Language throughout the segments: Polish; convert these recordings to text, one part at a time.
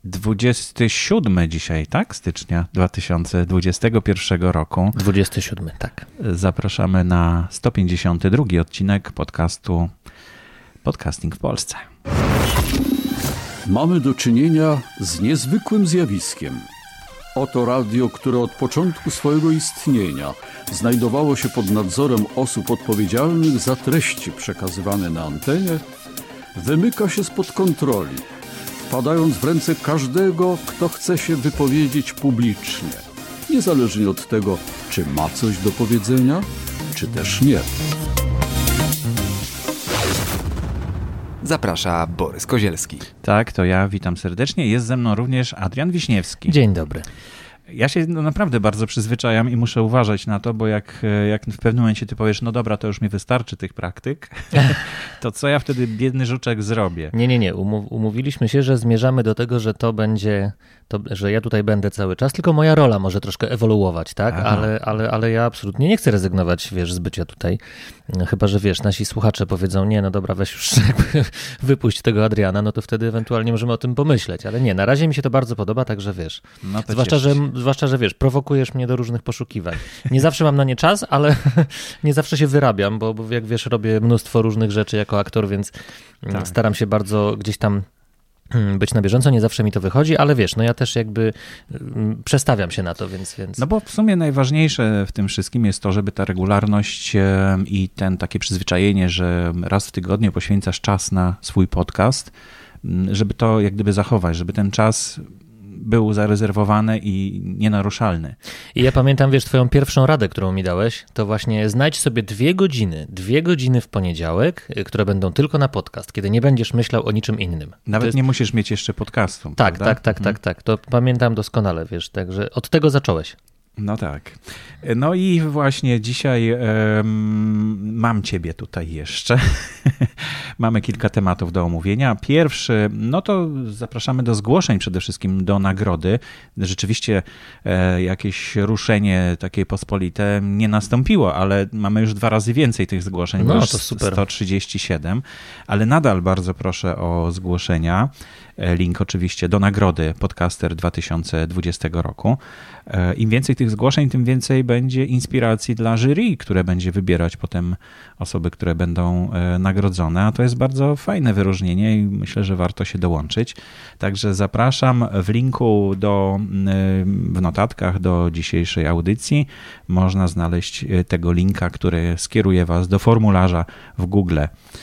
27 dzisiaj, tak? Stycznia 2021 roku. 27, tak. Zapraszamy na 152 odcinek podcastu Podcasting w Polsce. Mamy do czynienia z niezwykłym zjawiskiem. Oto radio, które od początku swojego istnienia znajdowało się pod nadzorem osób odpowiedzialnych za treści przekazywane na antenie, wymyka się spod kontroli, wpadając w ręce każdego, kto chce się wypowiedzieć publicznie, niezależnie od tego, czy ma coś do powiedzenia, czy też nie. Zaprasza Borys Kozielski. Tak, to ja, witam serdecznie. Jest ze mną również Adrian Wiśniewski. Dzień dobry. Ja się naprawdę bardzo przyzwyczajam i muszę uważać na to, bo jak w pewnym momencie ty powiesz, no dobra, to już mi wystarczy tych praktyk, to co ja wtedy, biedny żuczek, zrobię? Nie. Umówiliśmy się, że zmierzamy do tego, że to będzie, że ja tutaj będę cały czas, tylko moja rola może troszkę ewoluować, tak? Ale ja absolutnie nie chcę rezygnować, z bycia tutaj. Chyba że nasi słuchacze powiedzą, nie, no dobra, weź już wypuść tego Adriana, no to wtedy ewentualnie możemy o tym pomyśleć. Ale nie, na razie mi się to bardzo podoba, także No to zwłaszcza, że prowokujesz mnie do różnych poszukiwań. Nie zawsze mam na nie czas, ale nie zawsze się wyrabiam, bo jak wiesz, robię mnóstwo różnych rzeczy jako aktor, więc staram się bardzo gdzieś tam być na bieżąco, nie zawsze mi to wychodzi, ale no ja też przestawiam się na to, więc... No bo w sumie najważniejsze w tym wszystkim jest to, żeby ta regularność i takie przyzwyczajenie, że raz w tygodniu poświęcasz czas na swój podcast, żeby to jak gdyby zachować, żeby ten czas był zarezerwowany i nienaruszalny. I ja pamiętam, twoją pierwszą radę, którą mi dałeś, to właśnie znajdź sobie 2 godziny w poniedziałek, które będą tylko na podcast, kiedy nie będziesz myślał o niczym innym. Nawet nie musisz mieć jeszcze podcastu. Tak, prawda? tak. To pamiętam doskonale, także od tego zacząłeś. No tak. No i właśnie dzisiaj mam ciebie tutaj jeszcze. Mamy kilka tematów do omówienia. Pierwszy, no to zapraszamy do zgłoszeń przede wszystkim do nagrody. Rzeczywiście jakieś ruszenie takie pospolite nie nastąpiło, ale mamy już 2 razy więcej tych zgłoszeń. No już to super. 137, ale nadal bardzo proszę o zgłoszenia. Link oczywiście do nagrody Podcaster 2020 roku. Im więcej tych zgłoszeń, tym więcej będzie inspiracji dla jury, które będzie wybierać potem osoby, które będą nagrodzone, a to jest bardzo fajne wyróżnienie i myślę, że warto się dołączyć. Także zapraszam w linku w notatkach do dzisiejszej audycji. Można znaleźć tego linka, który skieruje was do formularza w Google.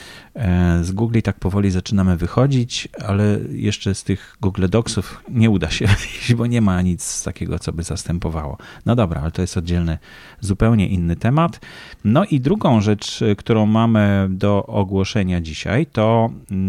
Z Google tak powoli zaczynamy wychodzić, ale jeszcze z tych Google Docsów nie uda się wyjść, bo nie ma nic takiego, co by zastępowało. No dobra, ale to jest oddzielny, zupełnie inny temat. No i drugą rzecz, którą mamy do ogłoszenia dzisiaj, to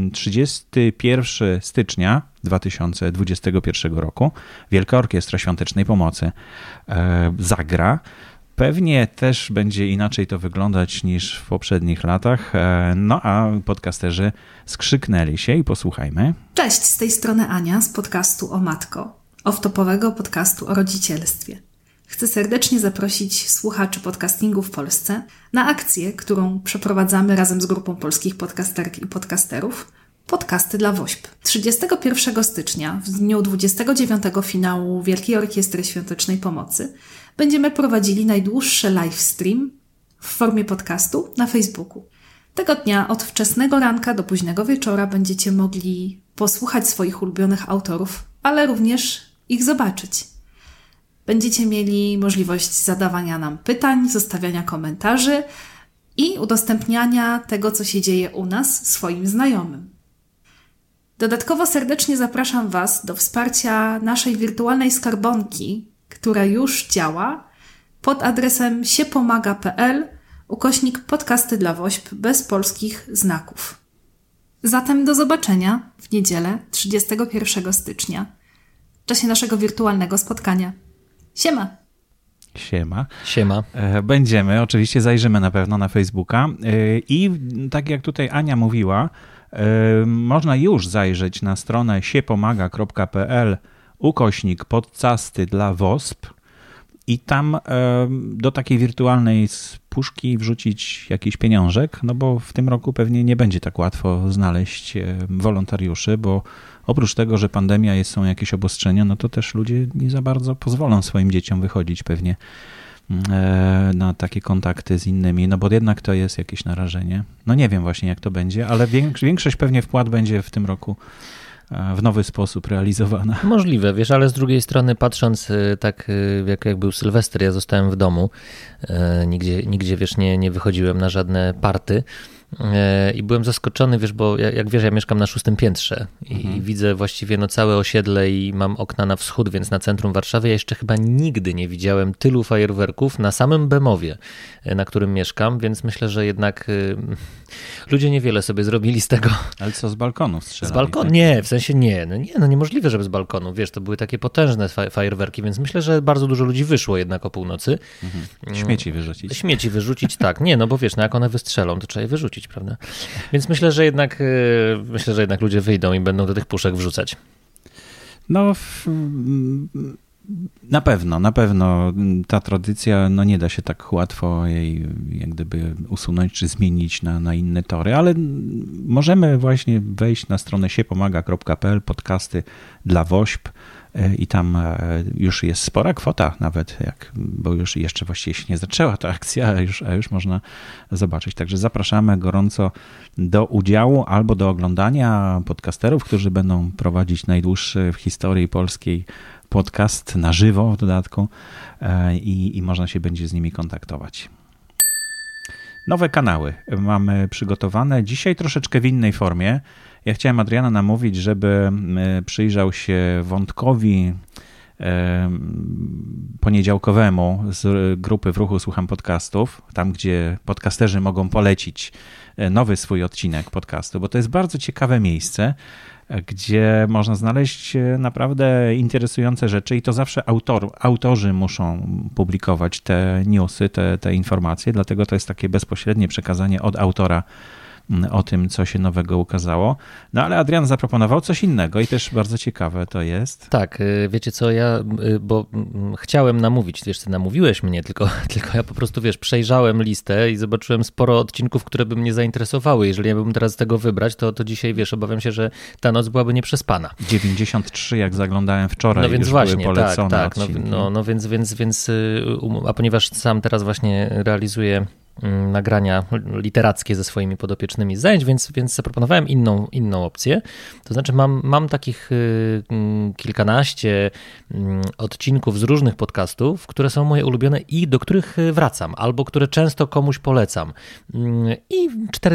31 stycznia 2021 roku Wielka Orkiestra Świątecznej Pomocy zagra. Pewnie też będzie inaczej to wyglądać niż w poprzednich latach, no a podcasterzy skrzyknęli się i posłuchajmy. Cześć, z tej strony Ania z podcastu O Matko, off-topowego podcastu o rodzicielstwie. Chcę serdecznie zaprosić słuchaczy podcastingu w Polsce na akcję, którą przeprowadzamy razem z grupą polskich podcasterek i podcasterów, Podcasty dla WOŚP. 31 stycznia, w dniu 29 finału Wielkiej Orkiestry Świątecznej Pomocy, będziemy prowadzili najdłuższy live stream w formie podcastu na Facebooku. Tego dnia od wczesnego ranka do późnego wieczora będziecie mogli posłuchać swoich ulubionych autorów, ale również ich zobaczyć. Będziecie mieli możliwość zadawania nam pytań, zostawiania komentarzy i udostępniania tego, co się dzieje u nas, swoim znajomym. Dodatkowo serdecznie zapraszam Was do wsparcia naszej wirtualnej skarbonki, która już działa, pod adresem siepomaga.pl/podcasty dla WOŚP bez polskich znaków. Zatem do zobaczenia w niedzielę 31 stycznia w czasie naszego wirtualnego spotkania. Siema! Siema. Będziemy, oczywiście zajrzymy na pewno na Facebooka i tak jak tutaj Ania mówiła, można już zajrzeć na stronę siepomaga.pl /podcasty dla WOSP i tam do takiej wirtualnej puszki wrzucić jakiś pieniążek, no bo w tym roku pewnie nie będzie tak łatwo znaleźć wolontariuszy, bo oprócz tego, że pandemia są jakieś obostrzenia, no to też ludzie nie za bardzo pozwolą swoim dzieciom wychodzić pewnie na takie kontakty z innymi, no bo jednak to jest jakieś narażenie. No nie wiem właśnie jak to będzie, ale większość pewnie wpłat będzie w tym roku w nowy sposób realizowana. Możliwe, wiesz, ale z drugiej strony patrząc tak jak był Sylwester, ja zostałem w domu, nigdzie wiesz, nie wychodziłem na żadne party i byłem zaskoczony, wiesz, bo jak wiesz, ja mieszkam na 6. piętrze i widzę właściwie całe osiedle i mam okna na wschód, więc na centrum Warszawy ja jeszcze chyba nigdy nie widziałem tylu fajerwerków na samym Bemowie, na którym mieszkam, więc myślę, że jednak ludzie niewiele sobie zrobili z tego. Ale co, z balkonu strzelali? Z balkonu? Tak? Nie, w sensie nie. No niemożliwe, żeby z balkonu. Wiesz, to były takie potężne fajerwerki, więc myślę, że bardzo dużo ludzi wyszło jednak o północy. Śmieci wyrzucić. Śmieci wyrzucić, tak. Nie, no bo wiesz, jak one wystrzelą, to trzeba je wyrzucić, prawda? Więc myślę, że jednak ludzie wyjdą i będą do tych puszek wrzucać. No, na pewno ta tradycja, no nie da się tak łatwo jej jak gdyby usunąć czy zmienić na inne tory, ale możemy właśnie wejść na stronę siepomaga.pl, podcasty dla WOŚP i tam już jest spora kwota nawet, bo już jeszcze właściwie się nie zaczęła ta akcja, a już można zobaczyć. Także zapraszamy gorąco do udziału albo do oglądania podcasterów, którzy będą prowadzić najdłuższy w historii polskiej podcast na żywo w dodatku i można się będzie z nimi kontaktować. Nowe kanały mamy przygotowane. Dzisiaj troszeczkę w innej formie. Ja chciałem Adriana namówić, żeby przyjrzał się wątkowi poniedziałkowemu z grupy W Ruchu Słucham Podcastów, tam gdzie podcasterzy mogą polecić nowy swój odcinek podcastu, bo to jest bardzo ciekawe miejsce, gdzie można znaleźć naprawdę interesujące rzeczy i to zawsze autorzy muszą publikować te newsy, te informacje, dlatego to jest takie bezpośrednie przekazanie od autora o tym, co się nowego ukazało. No ale Adrian zaproponował coś innego i też bardzo ciekawe to jest. Tak, wiecie co, bo chciałem namówić, wiesz, ty namówiłeś mnie, tylko ja po prostu, wiesz, przejrzałem listę i zobaczyłem sporo odcinków, które by mnie zainteresowały. Jeżeli ja bym teraz tego wybrać, to dzisiaj, wiesz, obawiam się, że ta noc byłaby nieprzespana. 93, jak zaglądałem wczoraj, no więc już właśnie, były polecone tak, odcinki. No więc, a ponieważ sam teraz właśnie realizuję nagrania literackie ze swoimi podopiecznymi z zajęć, więc zaproponowałem inną opcję. To znaczy mam takich kilkanaście odcinków z różnych podcastów, które są moje ulubione i do których wracam, albo które często komuś polecam. I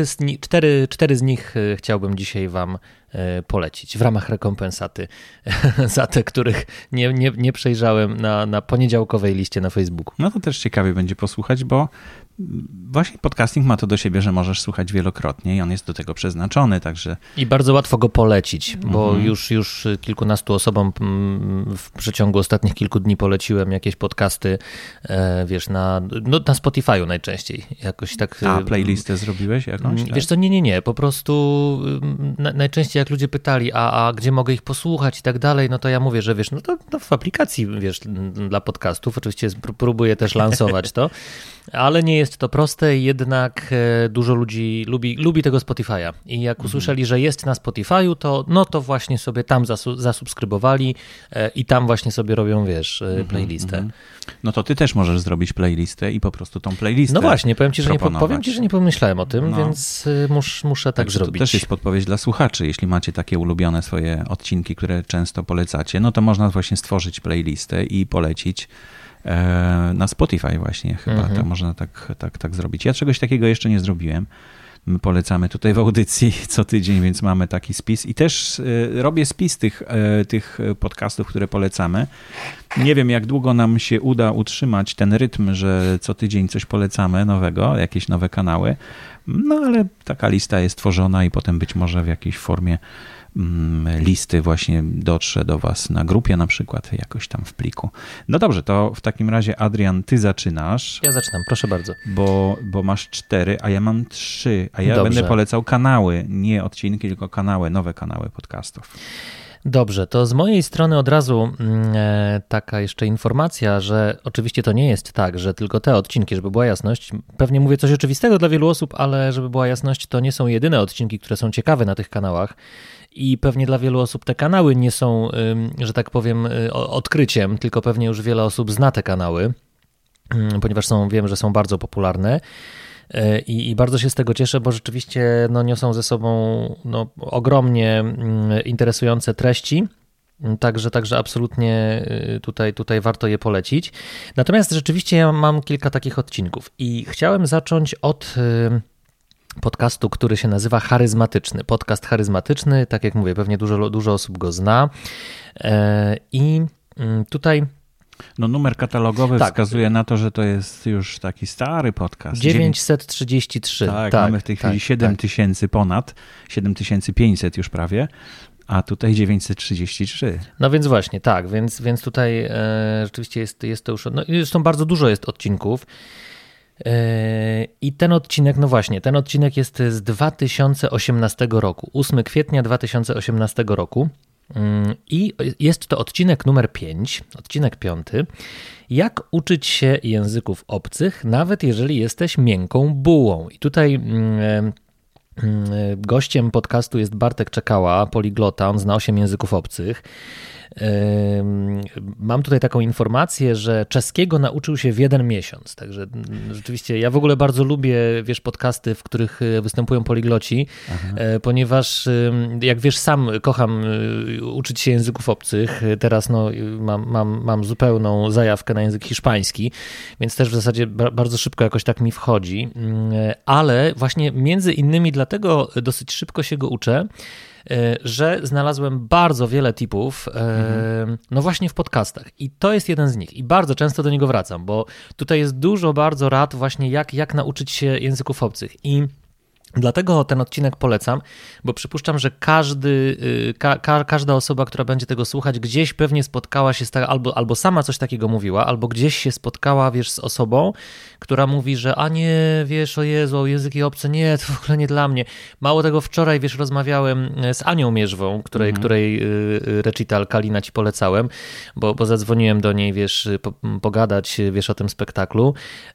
cztery z nich chciałbym dzisiaj wam polecić w ramach rekompensaty za te, których nie przejrzałem na poniedziałkowej liście na Facebooku. No to też ciekawie będzie posłuchać, bo właśnie podcasting ma to do siebie, że możesz słuchać wielokrotnie i on jest do tego przeznaczony, także... I bardzo łatwo go polecić, bo już kilkunastu osobom w przeciągu ostatnich kilku dni poleciłem jakieś podcasty, wiesz, na Spotify'u najczęściej. Jakoś tak... A playlistę zrobiłeś jakąś? Wiesz co, nie, po prostu najczęściej jak ludzie pytali, a gdzie mogę ich posłuchać i tak dalej, no to ja mówię, że wiesz, no to w aplikacji, wiesz, dla podcastów, oczywiście próbuję też lansować to, ale nie jest to proste i jednak dużo ludzi lubi tego Spotify'a i jak usłyszeli, że jest na Spotify'u, to właśnie sobie tam zasubskrybowali i tam właśnie sobie robią, wiesz, playlistę. No to ty też możesz zrobić playlistę i po prostu tą playlistę No właśnie, powiem ci, że nie pomyślałem o tym, więc muszę tak zrobić. To też jest podpowiedź dla słuchaczy. Jeśli macie takie ulubione swoje odcinki, które często polecacie, no to można właśnie stworzyć playlistę i polecić na Spotify właśnie chyba. To można tak zrobić. Ja czegoś takiego jeszcze nie zrobiłem. My polecamy tutaj w audycji co tydzień, więc mamy taki spis i też robię spis tych podcastów, które polecamy. Nie wiem, jak długo nam się uda utrzymać ten rytm, że co tydzień coś polecamy nowego, jakieś nowe kanały, no ale taka lista jest tworzona i potem być może w jakiejś formie listy właśnie dotrze do was na grupie na przykład, jakoś tam w pliku. No dobrze, to w takim razie Adrian, ty zaczynasz. Ja zaczynam, proszę bardzo. Bo masz 4, a ja mam 3, a ja Dobrze. będę polecał kanały, nie odcinki, tylko kanały, nowe kanały podcastów. Dobrze, to z mojej strony od razu taka jeszcze informacja, że oczywiście to nie jest tak, że tylko te odcinki, żeby była jasność, pewnie mówię coś oczywistego dla wielu osób, ale żeby była jasność, to nie są jedyne odcinki, które są ciekawe na tych kanałach i pewnie dla wielu osób te kanały nie są, że tak powiem, odkryciem, tylko pewnie już wiele osób zna te kanały, ponieważ wiem, że są bardzo popularne. I bardzo się z tego cieszę, bo rzeczywiście niosą ze sobą ogromnie interesujące treści, także absolutnie tutaj warto je polecić. Natomiast rzeczywiście ja mam kilka takich odcinków i chciałem zacząć od podcastu, który się nazywa Charyzmatyczny. Podcast charyzmatyczny, tak jak mówię, pewnie dużo osób go zna i tutaj... Numer katalogowy wskazuje na to, że to jest już taki stary podcast. 933. Tak, mamy w tej chwili 7000 ponad, 7500 już prawie, a tutaj 933. No więc właśnie, tak, więc tutaj rzeczywiście jest to już, zresztą bardzo dużo jest odcinków i ten odcinek jest z 2018 roku, 8 kwietnia 2018 roku. I jest to odcinek numer 5, odcinek 5. Jak uczyć się języków obcych, nawet jeżeli jesteś miękką bułą. I tutaj gościem podcastu jest Bartek Czekała, poliglota, on zna 8 języków obcych. Mam tutaj taką informację, że czeskiego nauczył się w 1 miesiąc, także rzeczywiście ja w ogóle bardzo lubię, podcasty, w których występują poligloci, ponieważ jak wiesz, sam kocham uczyć się języków obcych, teraz mam zupełną zajawkę na język hiszpański, więc też w zasadzie bardzo szybko jakoś tak mi wchodzi, ale właśnie między innymi dlatego dosyć szybko się go uczę, że znalazłem bardzo wiele tipów, właśnie w podcastach i to jest jeden z nich i bardzo często do niego wracam, bo tutaj jest dużo bardzo rad właśnie jak nauczyć się języków obcych i dlatego ten odcinek polecam, bo przypuszczam, że każda osoba, która będzie tego słuchać, gdzieś pewnie spotkała się z albo sama coś takiego mówiła, albo gdzieś się spotkała, z osobą, która mówi, że o Jezu, języki obce, nie, to w ogóle nie dla mnie. Mało tego, wczoraj, rozmawiałem z Anią Mierzwą, której recital Kalina ci polecałem, bo zadzwoniłem do niej, pogadać, o tym spektaklu.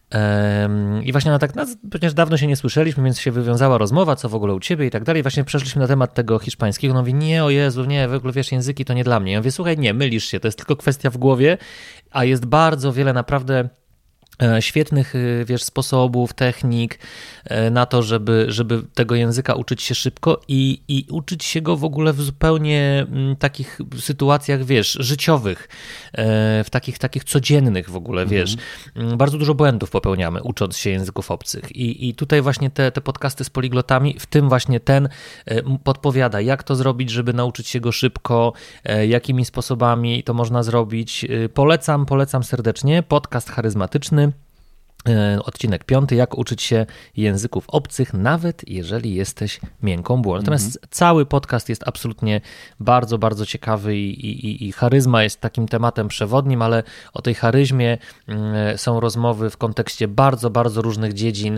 I właśnie ona tak, ponieważ dawno się nie słyszeliśmy, więc się wywiązała rozmowa, co w ogóle u ciebie i tak dalej. Właśnie przeszliśmy na temat tego hiszpańskiego. Ona mówi, nie, o Jezu, nie, w ogóle języki to nie dla mnie. Ja mówię, słuchaj, nie, mylisz się, to jest tylko kwestia w głowie, a jest bardzo wiele naprawdę świetnych, sposobów, technik na to, żeby tego języka uczyć się szybko i uczyć się go w ogóle w zupełnie takich sytuacjach, życiowych, w takich codziennych w ogóle, Bardzo dużo błędów popełniamy, ucząc się języków obcych i tutaj właśnie te podcasty z poliglotami, w tym właśnie ten podpowiada, jak to zrobić, żeby nauczyć się go szybko, jakimi sposobami to można zrobić. Polecam serdecznie, podcast charyzmatyczny. Odcinek 5, jak uczyć się języków obcych, nawet jeżeli jesteś miękką bułą. Natomiast cały podcast jest absolutnie bardzo, bardzo ciekawy i charyzma jest takim tematem przewodnim, ale o tej charyzmie są rozmowy w kontekście bardzo, bardzo różnych dziedzin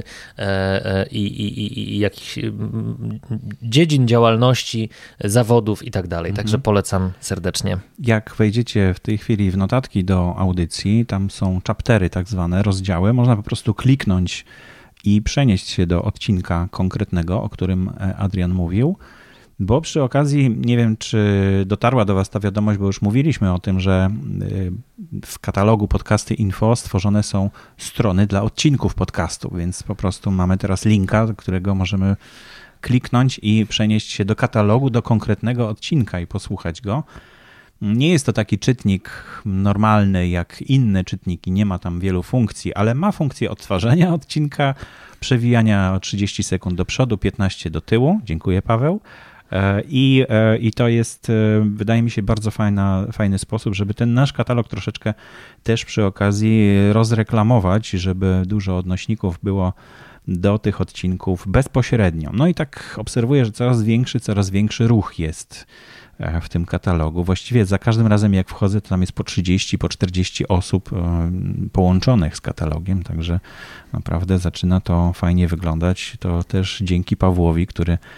i jakichś dziedzin działalności, zawodów i tak dalej. Także polecam serdecznie. Jak wejdziecie w tej chwili w notatki do audycji, tam są chaptery, tak zwane rozdziały, można po prostu kliknąć i przenieść się do odcinka konkretnego, o którym Adrian mówił, bo przy okazji, nie wiem, czy dotarła do was ta wiadomość, bo już mówiliśmy o tym, że w katalogu Podcasty Info stworzone są strony dla odcinków podcastu, więc po prostu mamy teraz linka, do którego możemy kliknąć i przenieść się do katalogu, do konkretnego odcinka i posłuchać go. Nie jest to taki czytnik normalny jak inne czytniki, nie ma tam wielu funkcji, ale ma funkcję odtwarzania odcinka, przewijania o 30 sekund do przodu, 15 do tyłu. Dziękuję, Paweł. I to jest, wydaje mi się, bardzo fajny sposób, żeby ten nasz katalog troszeczkę też przy okazji rozreklamować, żeby dużo odnośników było do tych odcinków bezpośrednio. No i tak obserwuję, że coraz większy ruch jest w tym katalogu. Właściwie za każdym razem jak wchodzę, to tam jest po 30, po 40 osób połączonych z katalogiem, także naprawdę zaczyna to fajnie wyglądać. To też dzięki Pawłowi, który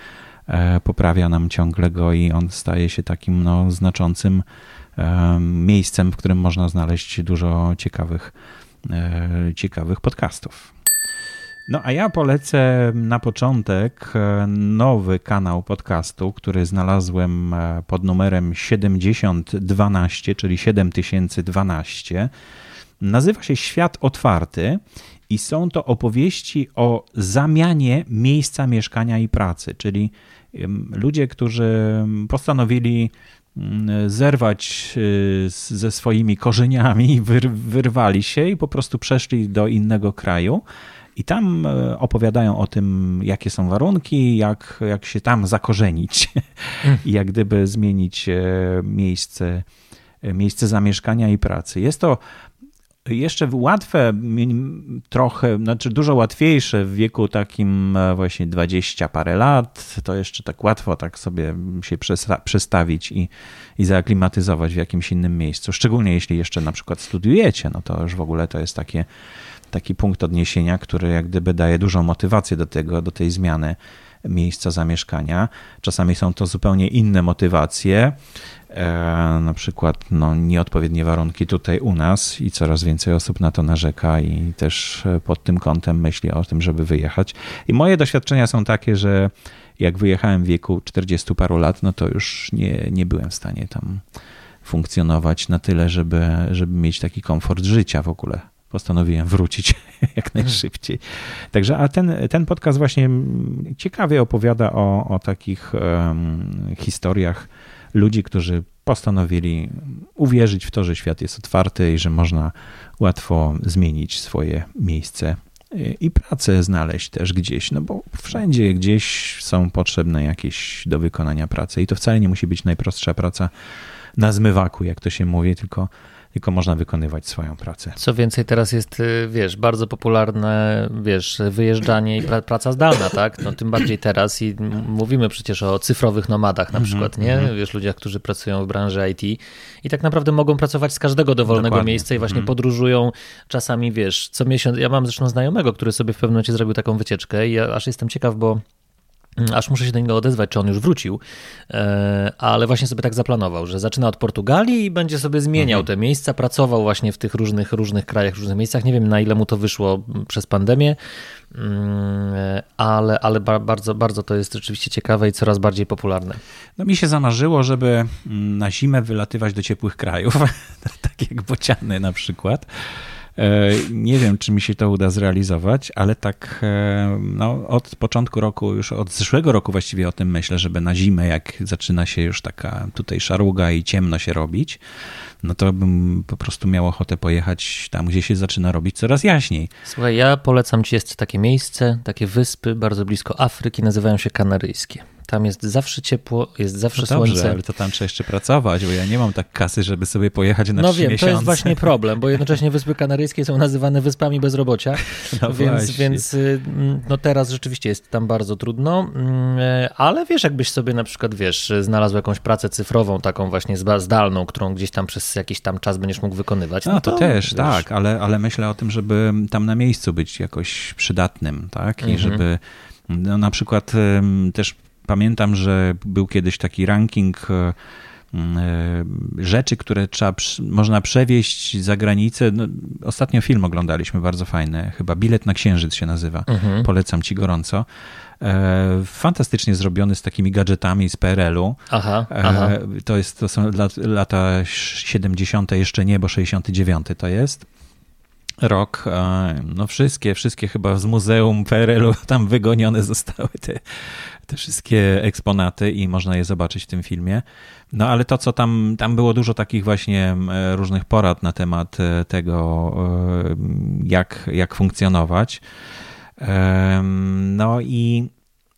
poprawia nam ciągle go i on staje się takim znaczącym miejscem, w którym można znaleźć dużo ciekawych podcastów. No a ja polecę na początek nowy kanał podcastu, który znalazłem pod numerem 7012, czyli 7012. Nazywa się Świat Otwarty i są to opowieści o zamianie miejsca mieszkania i pracy, czyli ludzie, którzy postanowili zerwać ze swoimi korzeniami, wyrwali się i po prostu przeszli do innego kraju. I tam opowiadają o tym, jakie są warunki, jak się tam zakorzenić i jak gdyby zmienić miejsce zamieszkania i pracy. Jest to jeszcze łatwe, trochę, znaczy dużo łatwiejsze w wieku takim właśnie 20 parę lat. To jeszcze tak łatwo tak sobie się przestawić i zaaklimatyzować w jakimś innym miejscu. Szczególnie jeśli jeszcze na przykład studiujecie, no to już w ogóle to jest taki punkt odniesienia, który jak gdyby daje dużą motywację do tej zmiany miejsca zamieszkania. Czasami są to zupełnie inne motywacje, na przykład nieodpowiednie warunki tutaj u nas i coraz więcej osób na to narzeka i też pod tym kątem myśli o tym, żeby wyjechać. I moje doświadczenia są takie, że jak wyjechałem w wieku 40 paru lat, no to już nie byłem w stanie tam funkcjonować na tyle, żeby mieć taki komfort życia w ogóle. Postanowiłem wrócić jak najszybciej. Także, a ten podcast właśnie ciekawie opowiada o takich historiach ludzi, którzy postanowili uwierzyć w to, że świat jest otwarty i że można łatwo zmienić swoje miejsce i pracę znaleźć też gdzieś, no bo wszędzie gdzieś są potrzebne jakieś do wykonania pracy i to wcale nie musi być najprostsza praca na zmywaku, jak to się mówi, tylko można wykonywać swoją pracę. Co więcej, teraz jest, bardzo popularne, wyjeżdżanie i praca zdalna, tak? No tym bardziej teraz i mówimy przecież o cyfrowych nomadach na przykład, nie? Ludziach, którzy pracują w branży IT i tak naprawdę mogą pracować z każdego dowolnego miejsca i właśnie podróżują czasami, co miesiąc. Ja mam zresztą znajomego, który sobie w pewnym momencie zrobił taką wycieczkę i ja aż jestem ciekaw, bo aż muszę się do niego odezwać, czy on już wrócił, ale właśnie sobie tak zaplanował, że zaczyna od Portugalii i będzie sobie zmieniał te miejsca, pracował właśnie w tych różnych krajach, różnych miejscach. Nie wiem, na ile mu to wyszło przez pandemię, ale bardzo, bardzo to jest rzeczywiście ciekawe i coraz bardziej popularne. No mi się zamarzyło, żeby na zimę wylatywać do ciepłych krajów, tak jak bociany na przykład. Nie wiem, czy mi się to uda zrealizować, ale tak od początku roku, już od zeszłego roku właściwie o tym myślę, żeby na zimę, jak zaczyna się już taka tutaj szaruga i ciemno się robić, no to bym po prostu miał ochotę pojechać tam, gdzie się zaczyna robić coraz jaśniej. Słuchaj, ja polecam ci, jest takie miejsce, takie wyspy bardzo blisko Afryki, nazywają się Kanaryjskie. Tam jest zawsze ciepło, jest zawsze słońce. Ale to tam trzeba jeszcze pracować, bo ja nie mam tak kasy, żeby sobie pojechać na 3 miesiące. To jest właśnie problem, bo jednocześnie Wyspy Kanaryjskie są nazywane wyspami bezrobocia, więc teraz rzeczywiście jest tam bardzo trudno, ale jakbyś sobie na przykład, znalazł jakąś pracę cyfrową, taką właśnie zdalną, którą gdzieś tam przez jakiś tam czas będziesz mógł wykonywać. No to też, tak, ale myślę o tym, żeby tam na miejscu być jakoś przydatnym, tak, i żeby na przykład też pamiętam, że był kiedyś taki ranking rzeczy, które można przewieźć za granicę. No, ostatnio film oglądaliśmy, bardzo fajny, chyba Bilet na Księżyc się nazywa. Polecam ci gorąco. Fantastycznie zrobiony z takimi gadżetami z PRL-u. To są lata 70. jeszcze nie, bo 69 to jest. Rok, no wszystkie chyba z Muzeum PRL-u tam wygonione zostały te wszystkie eksponaty i można je zobaczyć w tym filmie. No ale to, co tam było dużo takich właśnie różnych porad na temat tego, jak funkcjonować. No i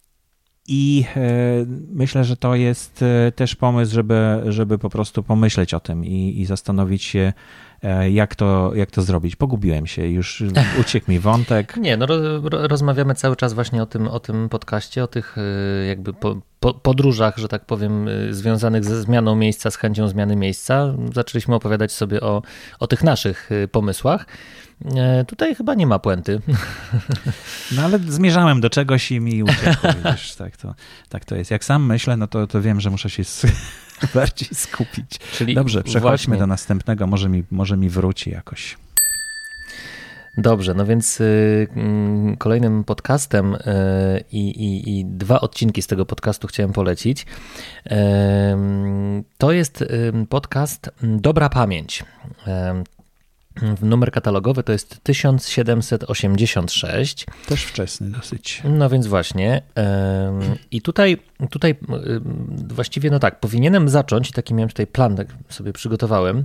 myślę, że to jest też pomysł, żeby po prostu pomyśleć o tym i zastanowić się, jak to zrobić. Pogubiłem się, już uciekł mi wątek. Nie, no rozmawiamy cały czas właśnie o tym podcaście, o tych jakby podróżach, że tak powiem, związanych ze zmianą miejsca, z chęcią zmiany miejsca. Zaczęliśmy opowiadać sobie o tych naszych pomysłach. Tutaj chyba nie ma puenty. No ale zmierzałem do czegoś i mi uciekło. Wiesz, tak to jest. Jak sam myślę, no to wiem, że muszę się bardziej skupić. Czyli dobrze, przechodźmy właśnie do następnego, może mi wróci jakoś. Dobrze, no więc kolejnym podcastem i 2 odcinki z tego podcastu chciałem polecić. To jest podcast Dobra Pamięć. Numer katalogowy to jest 1786. Też wczesny dosyć. No więc właśnie. I tutaj właściwie no tak, powinienem zacząć, i taki miałem tutaj plan, tak sobie przygotowałem.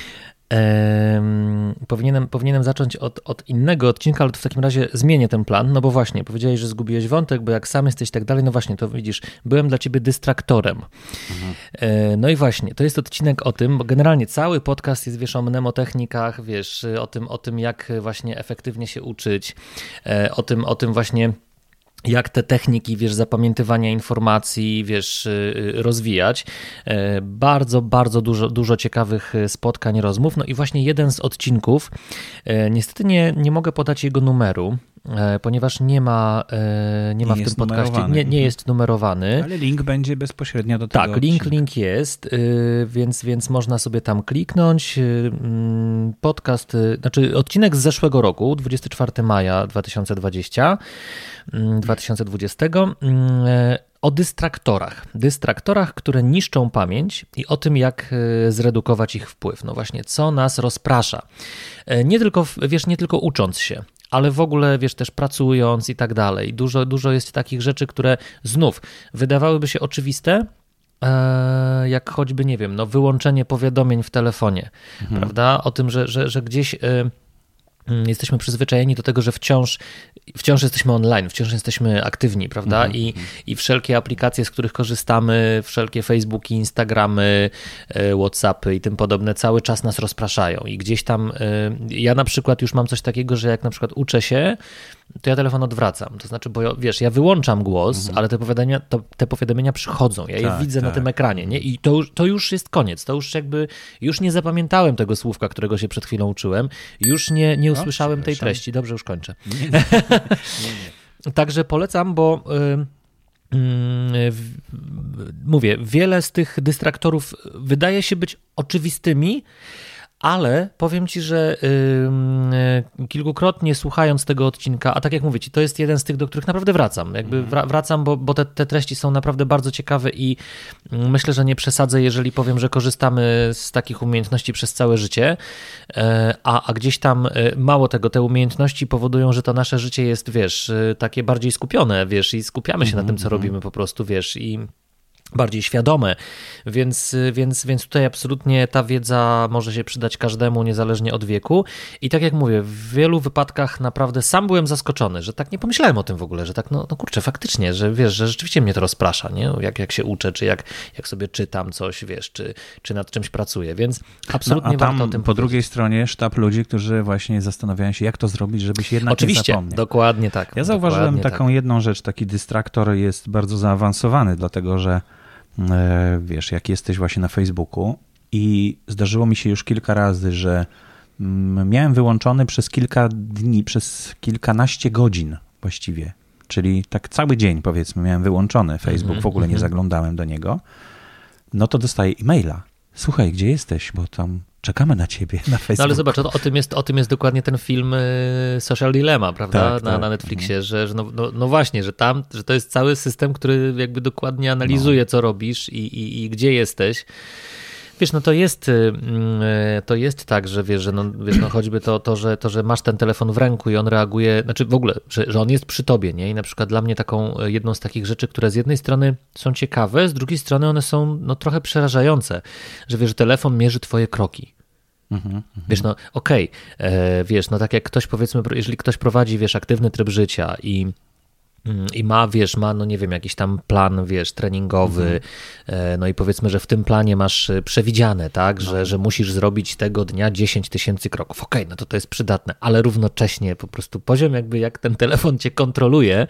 Powinienem zacząć od innego odcinka, ale to w takim razie zmienię ten plan, no bo właśnie, powiedziałeś, że zgubiłeś wątek, bo jak sam jesteś i tak dalej, no właśnie, to widzisz, byłem dla ciebie dystraktorem. No i właśnie, to jest odcinek o tym, bo generalnie cały podcast jest, wiesz, o mnemotechnikach, wiesz, o tym jak właśnie efektywnie się uczyć, o tym właśnie jak te techniki, wiesz, zapamiętywania informacji, wiesz, rozwijać. Bardzo, bardzo dużo ciekawych spotkań, rozmów. No i właśnie jeden z odcinków, niestety nie mogę podać jego numeru, ponieważ nie ma w tym podcaście, nie jest numerowany. Ale link będzie bezpośrednio do tego. Tak, link jest, więc można sobie tam kliknąć. Podcast, znaczy odcinek z zeszłego roku, 24 maja 2020, o dystraktorach, które niszczą pamięć i o tym, jak zredukować ich wpływ. No właśnie, co nas rozprasza. Nie tylko ucząc się, ale w ogóle, wiesz, też pracując i tak dalej. Dużo jest takich rzeczy, które znów wydawałyby się oczywiste, jak choćby, nie wiem, no wyłączenie powiadomień w telefonie, prawda? O tym, że gdzieś jesteśmy przyzwyczajeni do tego, że wciąż jesteśmy online, wciąż jesteśmy aktywni, prawda? I wszelkie aplikacje, z których korzystamy, wszelkie Facebooki, Instagramy, WhatsAppy i tym podobne cały czas nas rozpraszają. I gdzieś tam, ja na przykład już mam coś takiego, że jak na przykład uczę się, to ja telefon odwracam. To znaczy, bo ja wyłączam głos, ale te powiadomienia przychodzą. Ja je widzę na tym ekranie, nie? I to już jest koniec. To już już nie zapamiętałem tego słówka, którego się przed chwilą uczyłem. Już nie usłyszałem tej treści. Dobrze, już kończę. Nie. Także polecam, bo mówię, wiele z tych dystraktorów wydaje się być oczywistymi, ale powiem ci, że kilkukrotnie słuchając tego odcinka, a tak jak mówię ci, to jest jeden z tych, do których naprawdę wracam. Wracam, bo te treści są naprawdę bardzo ciekawe i myślę, że nie przesadzę, jeżeli powiem, że korzystamy z takich umiejętności przez całe życie, a gdzieś tam mało tego, te umiejętności powodują, że to nasze życie jest, wiesz, takie bardziej skupione, wiesz, i skupiamy się na tym, co robimy po prostu, wiesz, i bardziej świadome, więc tutaj absolutnie ta wiedza może się przydać każdemu, niezależnie od wieku. I tak jak mówię, w wielu wypadkach naprawdę sam byłem zaskoczony, że tak nie pomyślałem o tym w ogóle, że tak, no kurczę, faktycznie, że wiesz, że rzeczywiście mnie to rozprasza, nie? Jak się uczę, czy jak sobie czytam coś, wiesz, czy nad czymś pracuję, więc absolutnie warto o tym po drugiej stronie sztab ludzi, którzy właśnie zastanawiają się, jak to zrobić, żeby się jednak nie zapomnieć. Dokładnie tak. Ja zauważyłem taką jedną rzecz, taki dystraktor jest bardzo zaawansowany, dlatego że wiesz, jak jesteś właśnie na Facebooku i zdarzyło mi się już kilka razy, że miałem wyłączony przez kilka dni, przez kilkanaście godzin właściwie, czyli tak cały dzień powiedzmy miałem wyłączony Facebook, w ogóle nie zaglądałem do niego, no to dostaję e-maila. Słuchaj, gdzie jesteś, bo tam czekamy na ciebie na Facebooku. No ale zobacz, o tym jest dokładnie ten film Social Dilemma, prawda, tak, na Netflixie, że no właśnie, że to jest cały system, który jakby dokładnie analizuje, co robisz i gdzie jesteś. Wiesz, no to jest tak, że wiesz, no choćby to, że masz ten telefon w ręku i on reaguje, znaczy w ogóle, że on jest przy tobie, nie? I na przykład dla mnie jedną z takich rzeczy, które z jednej strony są ciekawe, z drugiej strony one są no trochę przerażające, że wiesz, telefon mierzy twoje kroki. Wiesz, no wiesz, no tak jak ktoś powiedzmy, jeżeli ktoś prowadzi, wiesz, aktywny tryb życia i i ma, no nie wiem, jakiś tam plan, treningowy, no i powiedzmy, że w tym planie masz przewidziane, tak, że musisz zrobić tego dnia 10 000 kroków. Okej, no to jest przydatne, ale równocześnie po prostu poziom jakby jak ten telefon cię kontroluje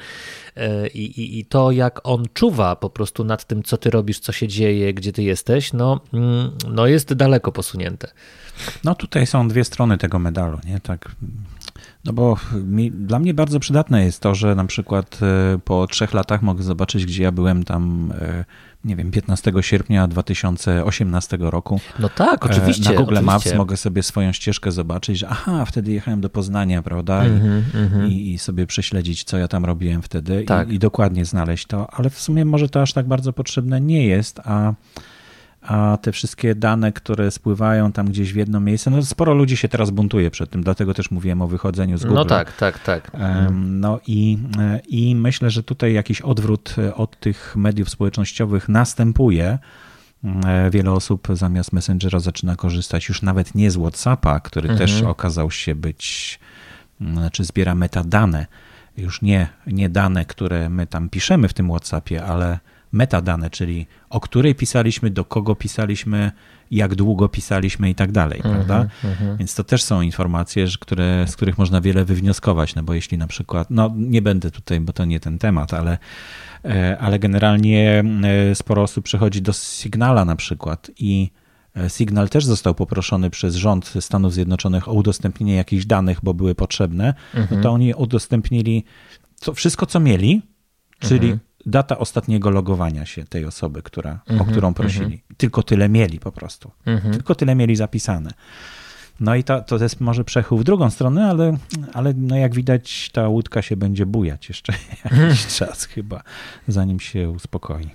i to jak on czuwa po prostu nad tym, co ty robisz, co się dzieje, gdzie ty jesteś, no jest daleko posunięte. No tutaj są dwie strony tego medalu, nie? Tak. No bo dla mnie bardzo przydatne jest to, że na przykład po 3 latach mogę zobaczyć, gdzie ja byłem tam, nie wiem, 15 sierpnia 2018 roku. No tak, oczywiście. Na Google Maps mogę sobie swoją ścieżkę zobaczyć, że wtedy jechałem do Poznania, prawda? I sobie prześledzić, co ja tam robiłem wtedy i dokładnie znaleźć to, ale w sumie może to aż tak bardzo potrzebne nie jest, a te wszystkie dane, które spływają tam gdzieś w jedno miejsce, no sporo ludzi się teraz buntuje przed tym, dlatego też mówiłem o wychodzeniu z Google. No tak. No i myślę, że tutaj jakiś odwrót od tych mediów społecznościowych następuje. Wiele osób zamiast Messengera zaczyna korzystać już nawet nie z WhatsAppa, który też okazał się być, zbiera metadane, już nie dane, które my tam piszemy w tym WhatsAppie, ale metadane, czyli o której pisaliśmy, do kogo pisaliśmy, jak długo pisaliśmy i tak dalej, prawda? Więc to też są informacje, z których można wiele wywnioskować, no bo jeśli na przykład, no nie będę tutaj, bo to nie ten temat, ale generalnie sporo osób przechodzi do Signala na przykład i Signal też został poproszony przez rząd Stanów Zjednoczonych o udostępnienie jakichś danych, bo były potrzebne, no to oni udostępnili wszystko, co mieli, czyli data ostatniego logowania się tej osoby, o którą prosili. Tylko tyle mieli po prostu. Tylko tyle mieli zapisane. No i to jest może przechył w drugą stronę, ale no jak widać ta łódka się będzie bujać jeszcze jakiś czas chyba, zanim się uspokoi.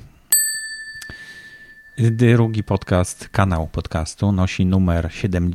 Drugi kanał podcastu nosi numer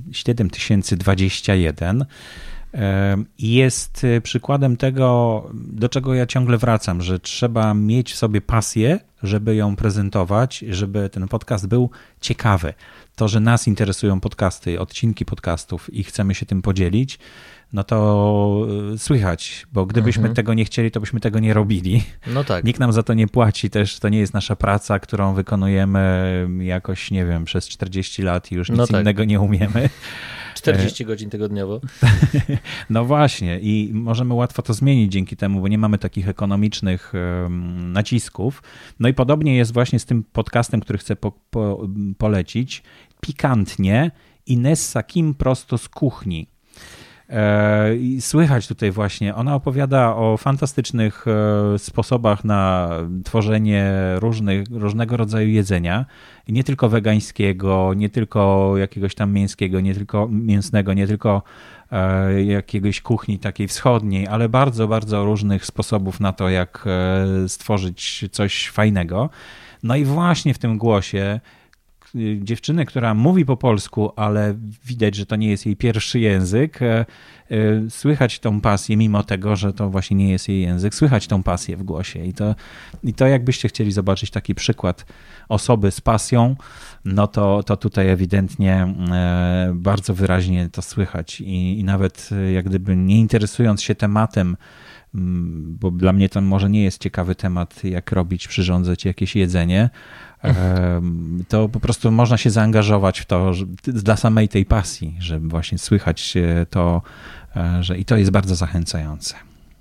7021 i jest przykładem tego, do czego ja ciągle wracam, że trzeba mieć w sobie pasję, żeby ją prezentować, żeby ten podcast był ciekawy. To, że nas interesują podcasty, odcinki podcastów i chcemy się tym podzielić, no to słychać, bo gdybyśmy tego nie chcieli, to byśmy tego nie robili. No tak. Nikt nam za to nie płaci też, to nie jest nasza praca, którą wykonujemy jakoś, nie wiem, przez 40 lat i już nic innego nie umiemy. 40 godzin tygodniowo. No właśnie i możemy łatwo to zmienić dzięki temu, bo nie mamy takich ekonomicznych nacisków. No i podobnie jest właśnie z tym podcastem, który chcę polecić. Pikantnie Inessa Kim prosto z kuchni. I słychać tutaj właśnie, ona opowiada o fantastycznych sposobach na tworzenie różnego rodzaju jedzenia. I nie tylko wegańskiego, nie tylko jakiegoś tam mięskiego, nie tylko mięsnego, nie tylko jakiejś kuchni takiej wschodniej, ale bardzo, bardzo różnych sposobów na to, jak stworzyć coś fajnego. No i właśnie w tym głosie dziewczyny, która mówi po polsku, ale widać, że to nie jest jej pierwszy język, słychać tą pasję, mimo tego, że to właśnie nie jest jej język, słychać tą pasję w głosie. I to jakbyście chcieli zobaczyć taki przykład osoby z pasją, no to tutaj ewidentnie bardzo wyraźnie to słychać i nawet jak gdyby nie interesując się tematem, bo dla mnie to może nie jest ciekawy temat, jak robić, przyrządzać jakieś jedzenie, to po prostu można się zaangażować w to dla samej tej pasji, żeby właśnie słychać to, że i to jest bardzo zachęcające.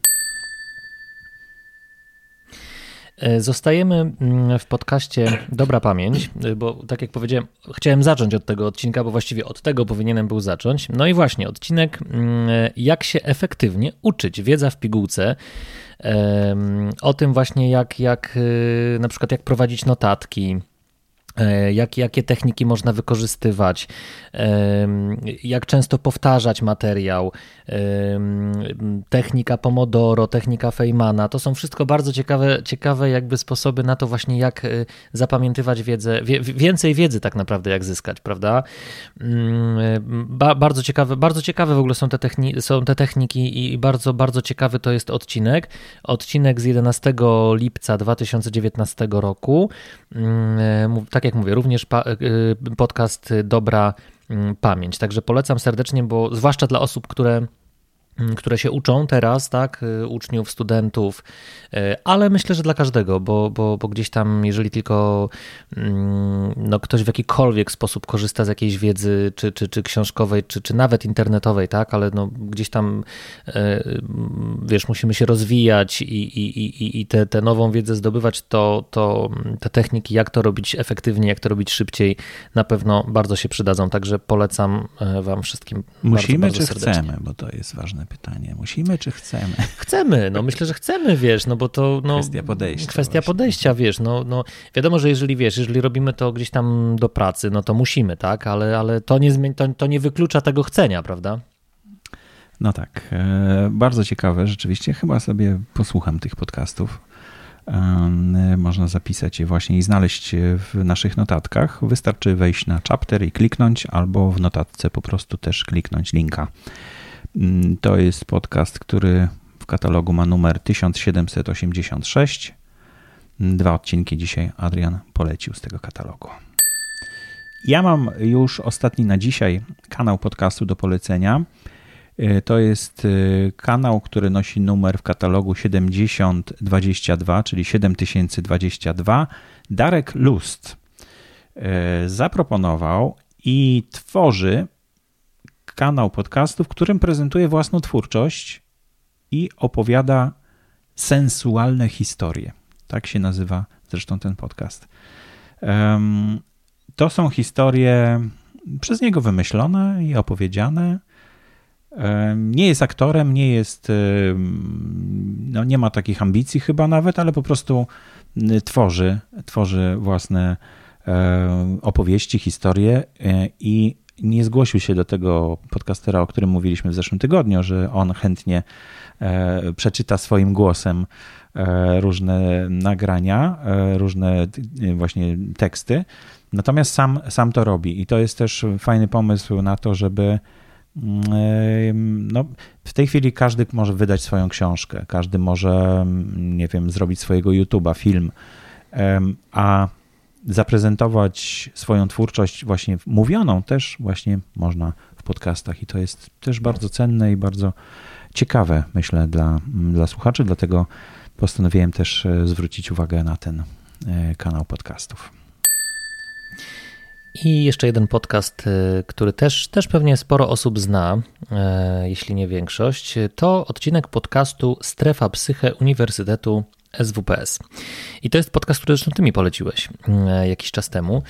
Zostajemy w podcaście Dobra Pamięć, bo tak jak powiedziałem, chciałem zacząć od tego odcinka, bo właściwie od tego powinienem był zacząć. No i właśnie odcinek jak się efektywnie uczyć, wiedza w pigułce, o tym właśnie jak na przykład jak prowadzić notatki, jakie techniki można wykorzystywać, jak często powtarzać materiał, technika Pomodoro, technika Feynmana, to są wszystko bardzo ciekawe jakby sposoby na to właśnie jak zapamiętywać wiedzę, więcej wiedzy tak naprawdę jak zyskać, prawda? Bardzo ciekawe w ogóle są te techniki i bardzo, bardzo ciekawy to jest odcinek z 11 lipca 2019 roku, tak jak mówię, również podcast Dobra Pamięć. Także polecam serdecznie, bo zwłaszcza dla osób, które które się uczą teraz, tak, uczniów, studentów, ale myślę, że dla każdego, bo gdzieś tam, jeżeli tylko ktoś w jakikolwiek sposób korzysta z jakiejś wiedzy, czy książkowej, czy nawet internetowej, tak, ale gdzieś tam, wiesz, musimy się rozwijać i tę nową wiedzę zdobywać, to te techniki, jak to robić efektywnie, jak to robić szybciej, na pewno bardzo się przydadzą, także polecam wam wszystkim. Musimy bardzo, czy serdecznie. chcemy, bo to jest ważne pytanie. Musimy czy chcemy? Chcemy, myślę, że chcemy, wiesz, bo to... Kwestia podejścia. Kwestia podejścia, wiesz, wiadomo, że jeżeli robimy to gdzieś tam do pracy, to musimy, tak, ale to nie wyklucza tego chcenia, prawda? No tak, bardzo ciekawe rzeczywiście, chyba sobie posłucham tych podcastów. Można zapisać je właśnie i znaleźć w naszych notatkach. Wystarczy wejść na chapter i kliknąć, albo w notatce po prostu też kliknąć linka. To jest podcast, który w katalogu ma numer 1786. 2 odcinki dzisiaj Adrian polecił z tego katalogu. Ja mam już ostatni na dzisiaj kanał podcastu do polecenia. To jest kanał, który nosi numer w katalogu 7022, czyli 7022. Darek Lust zaproponował i tworzy kanał podcastu, w którym prezentuje własną twórczość i opowiada sensualne historie. Tak się nazywa zresztą ten podcast. To są historie przez niego wymyślone i opowiedziane. Nie jest aktorem, nie jest, nie ma takich ambicji chyba nawet, ale po prostu tworzy własne opowieści, historie i nie zgłosił się do tego podcastera, o którym mówiliśmy w zeszłym tygodniu, że on chętnie przeczyta swoim głosem różne nagrania, różne właśnie teksty. Natomiast sam to robi i to jest też fajny pomysł na to, żeby w tej chwili każdy może wydać swoją książkę, każdy może, nie wiem, zrobić swojego YouTube'a, film, a zaprezentować swoją twórczość właśnie mówioną też właśnie można w podcastach i to jest też bardzo cenne i bardzo ciekawe, myślę, dla słuchaczy, dlatego postanowiłem też zwrócić uwagę na ten kanał podcastów. I jeszcze jeden podcast, który też pewnie sporo osób zna, jeśli nie większość, to odcinek podcastu Strefa Psyche Uniwersytetu SWPS. I to jest podcast, który zresztą ty mi poleciłeś jakiś czas temu.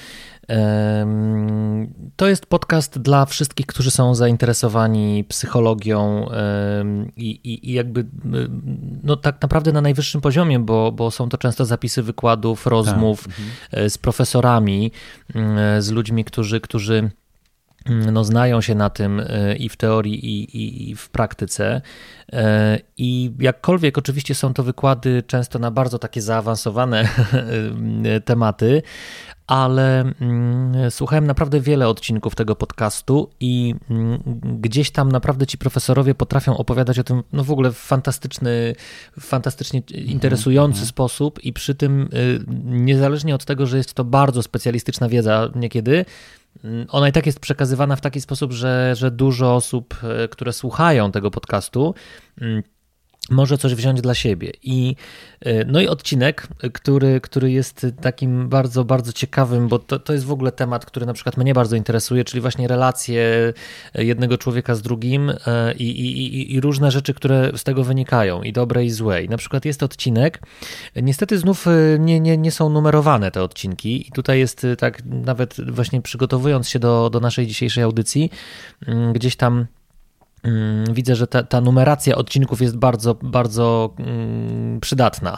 To jest podcast dla wszystkich, którzy są zainteresowani psychologią i jakby tak naprawdę na najwyższym poziomie, bo są to często zapisy wykładów, rozmów z profesorami, z ludźmi, którzy znają się na tym i w teorii, i w praktyce. I jakkolwiek oczywiście są to wykłady często na bardzo takie zaawansowane tematy, ale słuchałem naprawdę wiele odcinków tego podcastu i gdzieś tam naprawdę ci profesorowie potrafią opowiadać o tym w ogóle w fantastycznie interesujący sposób i przy tym niezależnie od tego, że jest to bardzo specjalistyczna wiedza niekiedy, ona i tak jest przekazywana w taki sposób, że dużo osób, które słuchają tego podcastu, może coś wziąć dla siebie. I odcinek, który jest takim bardzo, bardzo ciekawym, bo to jest w ogóle temat, który na przykład mnie bardzo interesuje, czyli właśnie relacje jednego człowieka z drugim i różne rzeczy, które z tego wynikają, i dobre, i złe. I na przykład jest odcinek, niestety znów nie są numerowane te odcinki i tutaj jest tak, nawet właśnie przygotowując się do naszej dzisiejszej audycji, gdzieś tam widzę, że ta numeracja odcinków jest bardzo, bardzo przydatna.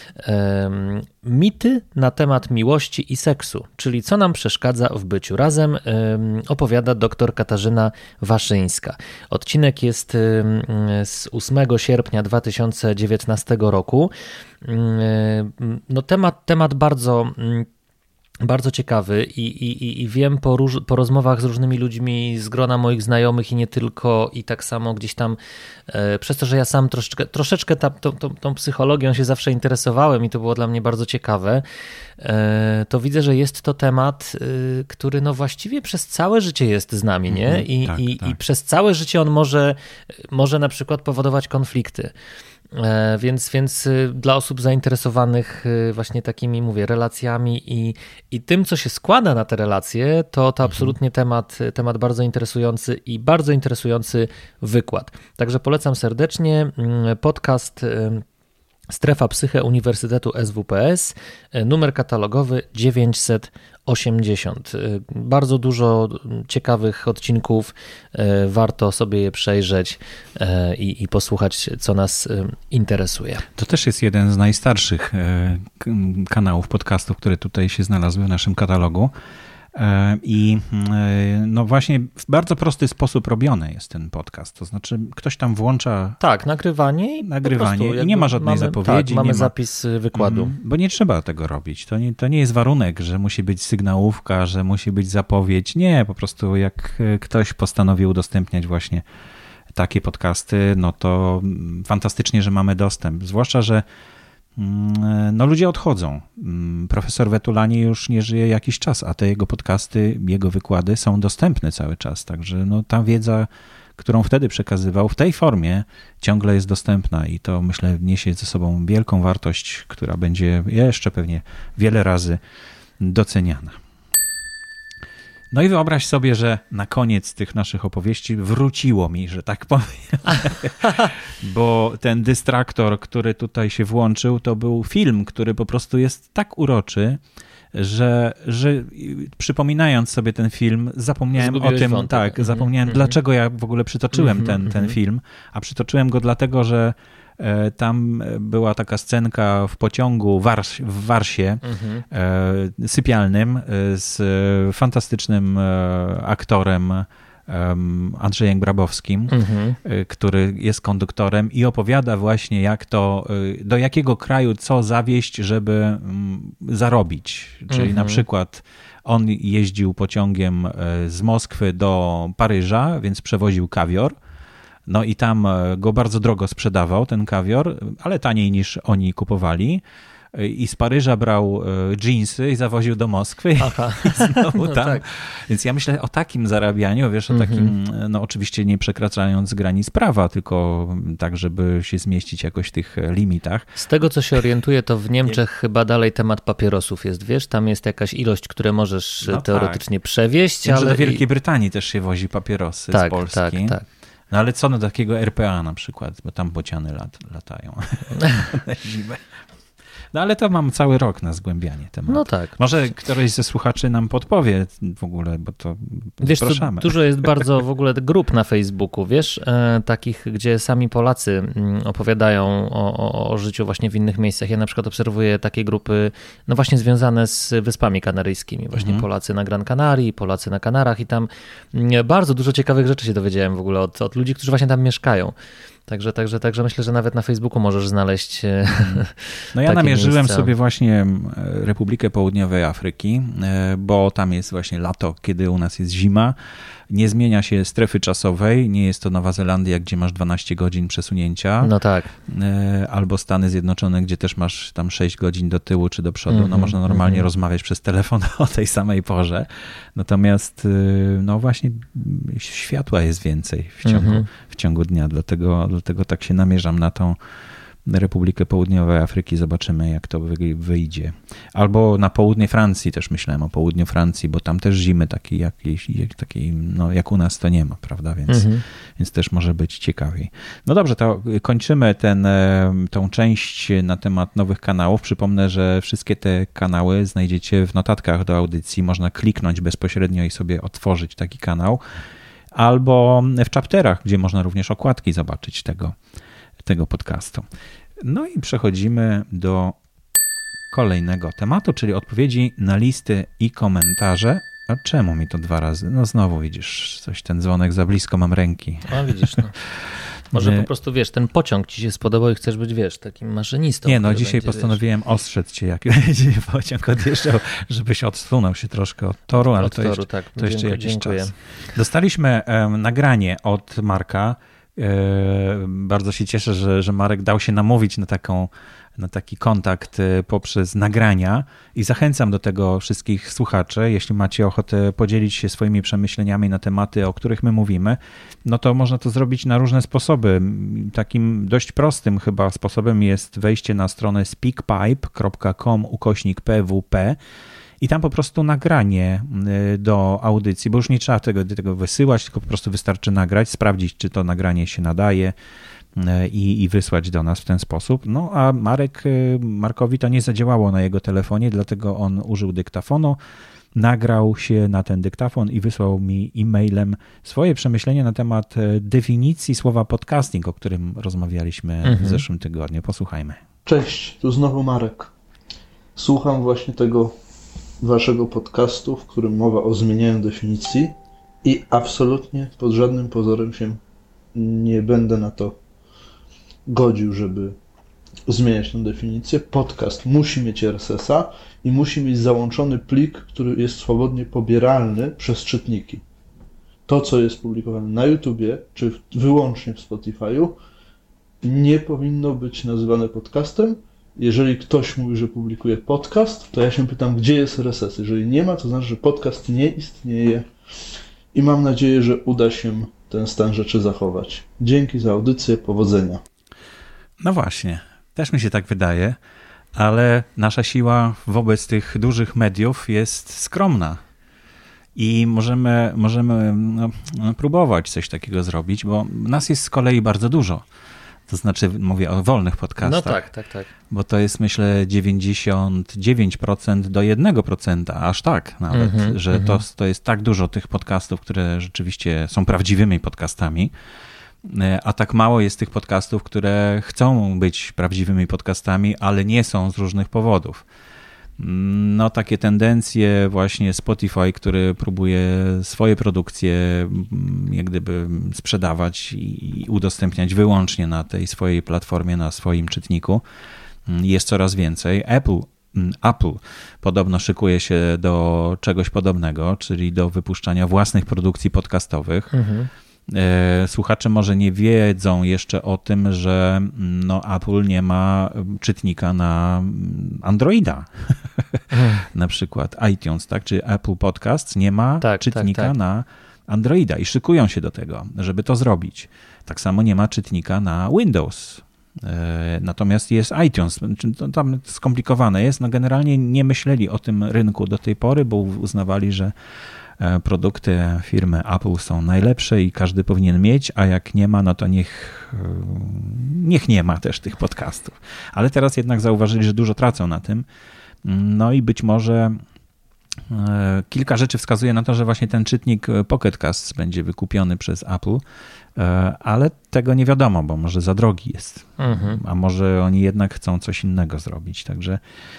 Mity na temat miłości i seksu, czyli co nam przeszkadza w byciu razem, opowiada dr Katarzyna Waszyńska. Odcinek jest z 8 sierpnia 2019 roku. Temat bardzo bardzo ciekawy i wiem po rozmowach z różnymi ludźmi z grona moich znajomych i nie tylko, i tak samo gdzieś tam przez to, że ja sam troszeczkę tą psychologią się zawsze interesowałem i to było dla mnie bardzo ciekawe, to widzę, że jest to temat, który no właściwie przez całe życie jest z nami, nie? I przez całe życie on może na przykład powodować konflikty. Więc dla osób zainteresowanych właśnie takimi, mówię, relacjami i tym, co się składa na te relacje, to absolutnie temat bardzo interesujący i bardzo interesujący wykład. Także polecam serdecznie podcast Strefa Psyche Uniwersytetu SWPS, numer katalogowy 980. Bardzo dużo ciekawych odcinków, warto sobie je przejrzeć i posłuchać, co nas interesuje. To też jest jeden z najstarszych kanałów podcastów, które tutaj się znalazły w naszym katalogu. I no właśnie w bardzo prosty sposób robiony jest ten podcast, to znaczy ktoś tam włącza nagrywanie i nie ma żadnej zapowiedzi. Mamy zapis wykładu. Bo nie trzeba tego robić, to nie jest warunek, że musi być sygnałówka, że musi być zapowiedź, nie, po prostu jak ktoś postanowił udostępniać właśnie takie podcasty, no to fantastycznie, że mamy dostęp, zwłaszcza, że no ludzie odchodzą. Profesor Vetulani już nie żyje jakiś czas, a te jego podcasty, jego wykłady są dostępne cały czas. Także no, ta wiedza, którą wtedy przekazywał w tej formie, ciągle jest dostępna i to, myślę, niesie ze sobą wielką wartość, która będzie jeszcze pewnie wiele razy doceniana. No i wyobraź sobie, że na koniec tych naszych opowieści wróciło mi, że tak powiem, bo ten dystraktor, który tutaj się włączył, to był film, który po prostu jest tak uroczy, że przypominając sobie ten film, zapomniałem o tym, zapomniałem, dlaczego ja w ogóle przytoczyłem ten film, a przytoczyłem go dlatego, że tam była taka scenka w pociągu w Warsie sypialnym z fantastycznym aktorem Andrzejem Grabowskim, który jest konduktorem i opowiada właśnie do jakiego kraju co zawieźć, żeby zarobić. Czyli na przykład on jeździł pociągiem z Moskwy do Paryża, więc przewoził kawior. No i tam go bardzo drogo sprzedawał, ten kawior, ale taniej niż oni kupowali. I z Paryża brał dżinsy i zawoził do Moskwy. Aha. I znowu no tam. Tak. Więc ja myślę o takim zarabianiu, wiesz, o takim, no oczywiście nie przekraczając granic prawa, tylko tak, żeby się zmieścić jakoś w tych limitach. Z tego, co się orientuję, to w Niemczech chyba dalej temat papierosów jest, wiesz? Tam jest jakaś ilość, które możesz teoretycznie przewieźć, Wiem, ale... że do Wielkiej Brytanii też się wozi papierosy z Polski. Tak. No ale co do takiego RPA na przykład, bo tam bociany latają na zimę. No ale to mam cały rok na zgłębianie tematu. No tak. Może któryś ze słuchaczy nam podpowie w ogóle, bo to wiesz, zapraszamy. Dużo jest bardzo w ogóle grup na Facebooku, wiesz, takich, gdzie sami Polacy opowiadają o życiu właśnie w innych miejscach. Ja na przykład obserwuję takie grupy, no właśnie związane z Wyspami Kanaryjskimi. Właśnie Polacy na Gran Canaria, Polacy na Kanarach i tam bardzo dużo ciekawych rzeczy się dowiedziałem w ogóle od ludzi, którzy właśnie tam mieszkają. Także myślę, że nawet na Facebooku możesz znaleźć No ja namierzyłem sobie właśnie Republikę Południowej Afryki, bo tam jest właśnie lato, kiedy u nas jest zima. Nie zmienia się strefy czasowej, nie jest to Nowa Zelandia, gdzie masz 12 godzin przesunięcia. No tak. Albo Stany Zjednoczone, gdzie też masz tam 6 godzin do tyłu czy do przodu. No można normalnie rozmawiać przez telefon o tej samej porze. Natomiast no właśnie światła jest więcej w ciągu dnia, dlatego tak się namierzam na tą Republikę Południowej Afryki, zobaczymy jak to wyjdzie. Albo na południe Francji też myślałem o południu Francji, bo tam też zimy takiej no jak u nas to nie ma, prawda, więc też może być ciekawiej. No dobrze, to kończymy tą część na temat nowych kanałów. Przypomnę, że wszystkie te kanały znajdziecie w notatkach do audycji, można kliknąć bezpośrednio i sobie otworzyć taki kanał, albo w chapterach, gdzie można również okładki zobaczyć tego podcastu. No i przechodzimy do kolejnego tematu, czyli odpowiedzi na listy i komentarze. A czemu mi to 2 razy? No znowu widzisz, ten dzwonek za blisko mam ręki. A widzisz, no. Może po prostu, ten pociąg ci się spodobał i chcesz być, takim maszynistą. Nie, dzisiaj postanowiłem ostrzec cię, jak będzie pociąg odjeżdżał, żebyś odsunął się troszkę od toru, ale to jeszcze jakiś czas. Dostaliśmy nagranie od Marka. Bardzo się cieszę, że Marek dał się namówić na taki kontakt poprzez nagrania i zachęcam do tego wszystkich słuchaczy. Jeśli macie ochotę podzielić się swoimi przemyśleniami na tematy, o których my mówimy, no to można to zrobić na różne sposoby. Takim dość prostym chyba sposobem jest wejście na stronę speakpipe.com/pwp i tam po prostu nagranie do audycji, bo już nie trzeba tego wysyłać, tylko po prostu wystarczy nagrać, sprawdzić, czy to nagranie się nadaje i wysłać do nas w ten sposób. No a Markowi to nie zadziałało na jego telefonie, dlatego on użył dyktafonu, nagrał się na ten dyktafon i wysłał mi e-mailem swoje przemyślenia na temat definicji słowa podcasting, o którym rozmawialiśmy w zeszłym tygodniu. Posłuchajmy. Cześć, tu znowu Marek. Słucham właśnie tego waszego podcastu, w którym mowa o zmienianiu definicji i absolutnie pod żadnym pozorem się nie będę na to godził, żeby zmieniać tę definicję. Podcast musi mieć RSS-a i musi mieć załączony plik, który jest swobodnie pobieralny przez czytniki. To, co jest publikowane na YouTubie, czy wyłącznie w Spotify'u, nie powinno być nazywane podcastem. Jeżeli ktoś mówi, że publikuje podcast, to ja się pytam, gdzie jest RSS. Jeżeli nie ma, to znaczy, że podcast nie istnieje i mam nadzieję, że uda się ten stan rzeczy zachować. Dzięki za audycję, powodzenia. No właśnie, też mi się tak wydaje, ale nasza siła wobec tych dużych mediów jest skromna i możemy próbować coś takiego zrobić, bo nas jest z kolei bardzo dużo. To znaczy mówię o wolnych podcastach. No tak. Bo to jest myślę 99% do 1%, aż tak nawet, że to jest tak dużo tych podcastów, które rzeczywiście są prawdziwymi podcastami, a tak mało jest tych podcastów, które chcą być prawdziwymi podcastami, ale nie są z różnych powodów. No takie tendencje właśnie Spotify, który próbuje swoje produkcje jak gdyby sprzedawać i udostępniać wyłącznie na tej swojej platformie, na swoim czytniku, jest coraz więcej. Apple podobno szykuje się do czegoś podobnego, czyli do wypuszczania własnych produkcji podcastowych. Słuchacze może nie wiedzą jeszcze o tym, że Apple nie ma czytnika na Androida. Na przykład iTunes, tak? Czy Apple Podcasts nie ma czytnika na Androida i szykują się do tego, żeby to zrobić. Tak samo nie ma czytnika na Windows. Natomiast jest iTunes. To tam skomplikowane jest. Generalnie nie myśleli o tym rynku do tej pory, bo uznawali, że produkty firmy Apple są najlepsze i każdy powinien mieć, a jak nie ma, no to niech nie ma też tych podcastów. Ale teraz jednak zauważyli, że dużo tracą na tym. No i być może kilka rzeczy wskazuje na to, że właśnie ten czytnik Pocket Casts będzie wykupiony przez Apple, ale tego nie wiadomo, bo może za drogi jest. A może oni jednak chcą coś innego zrobić. Także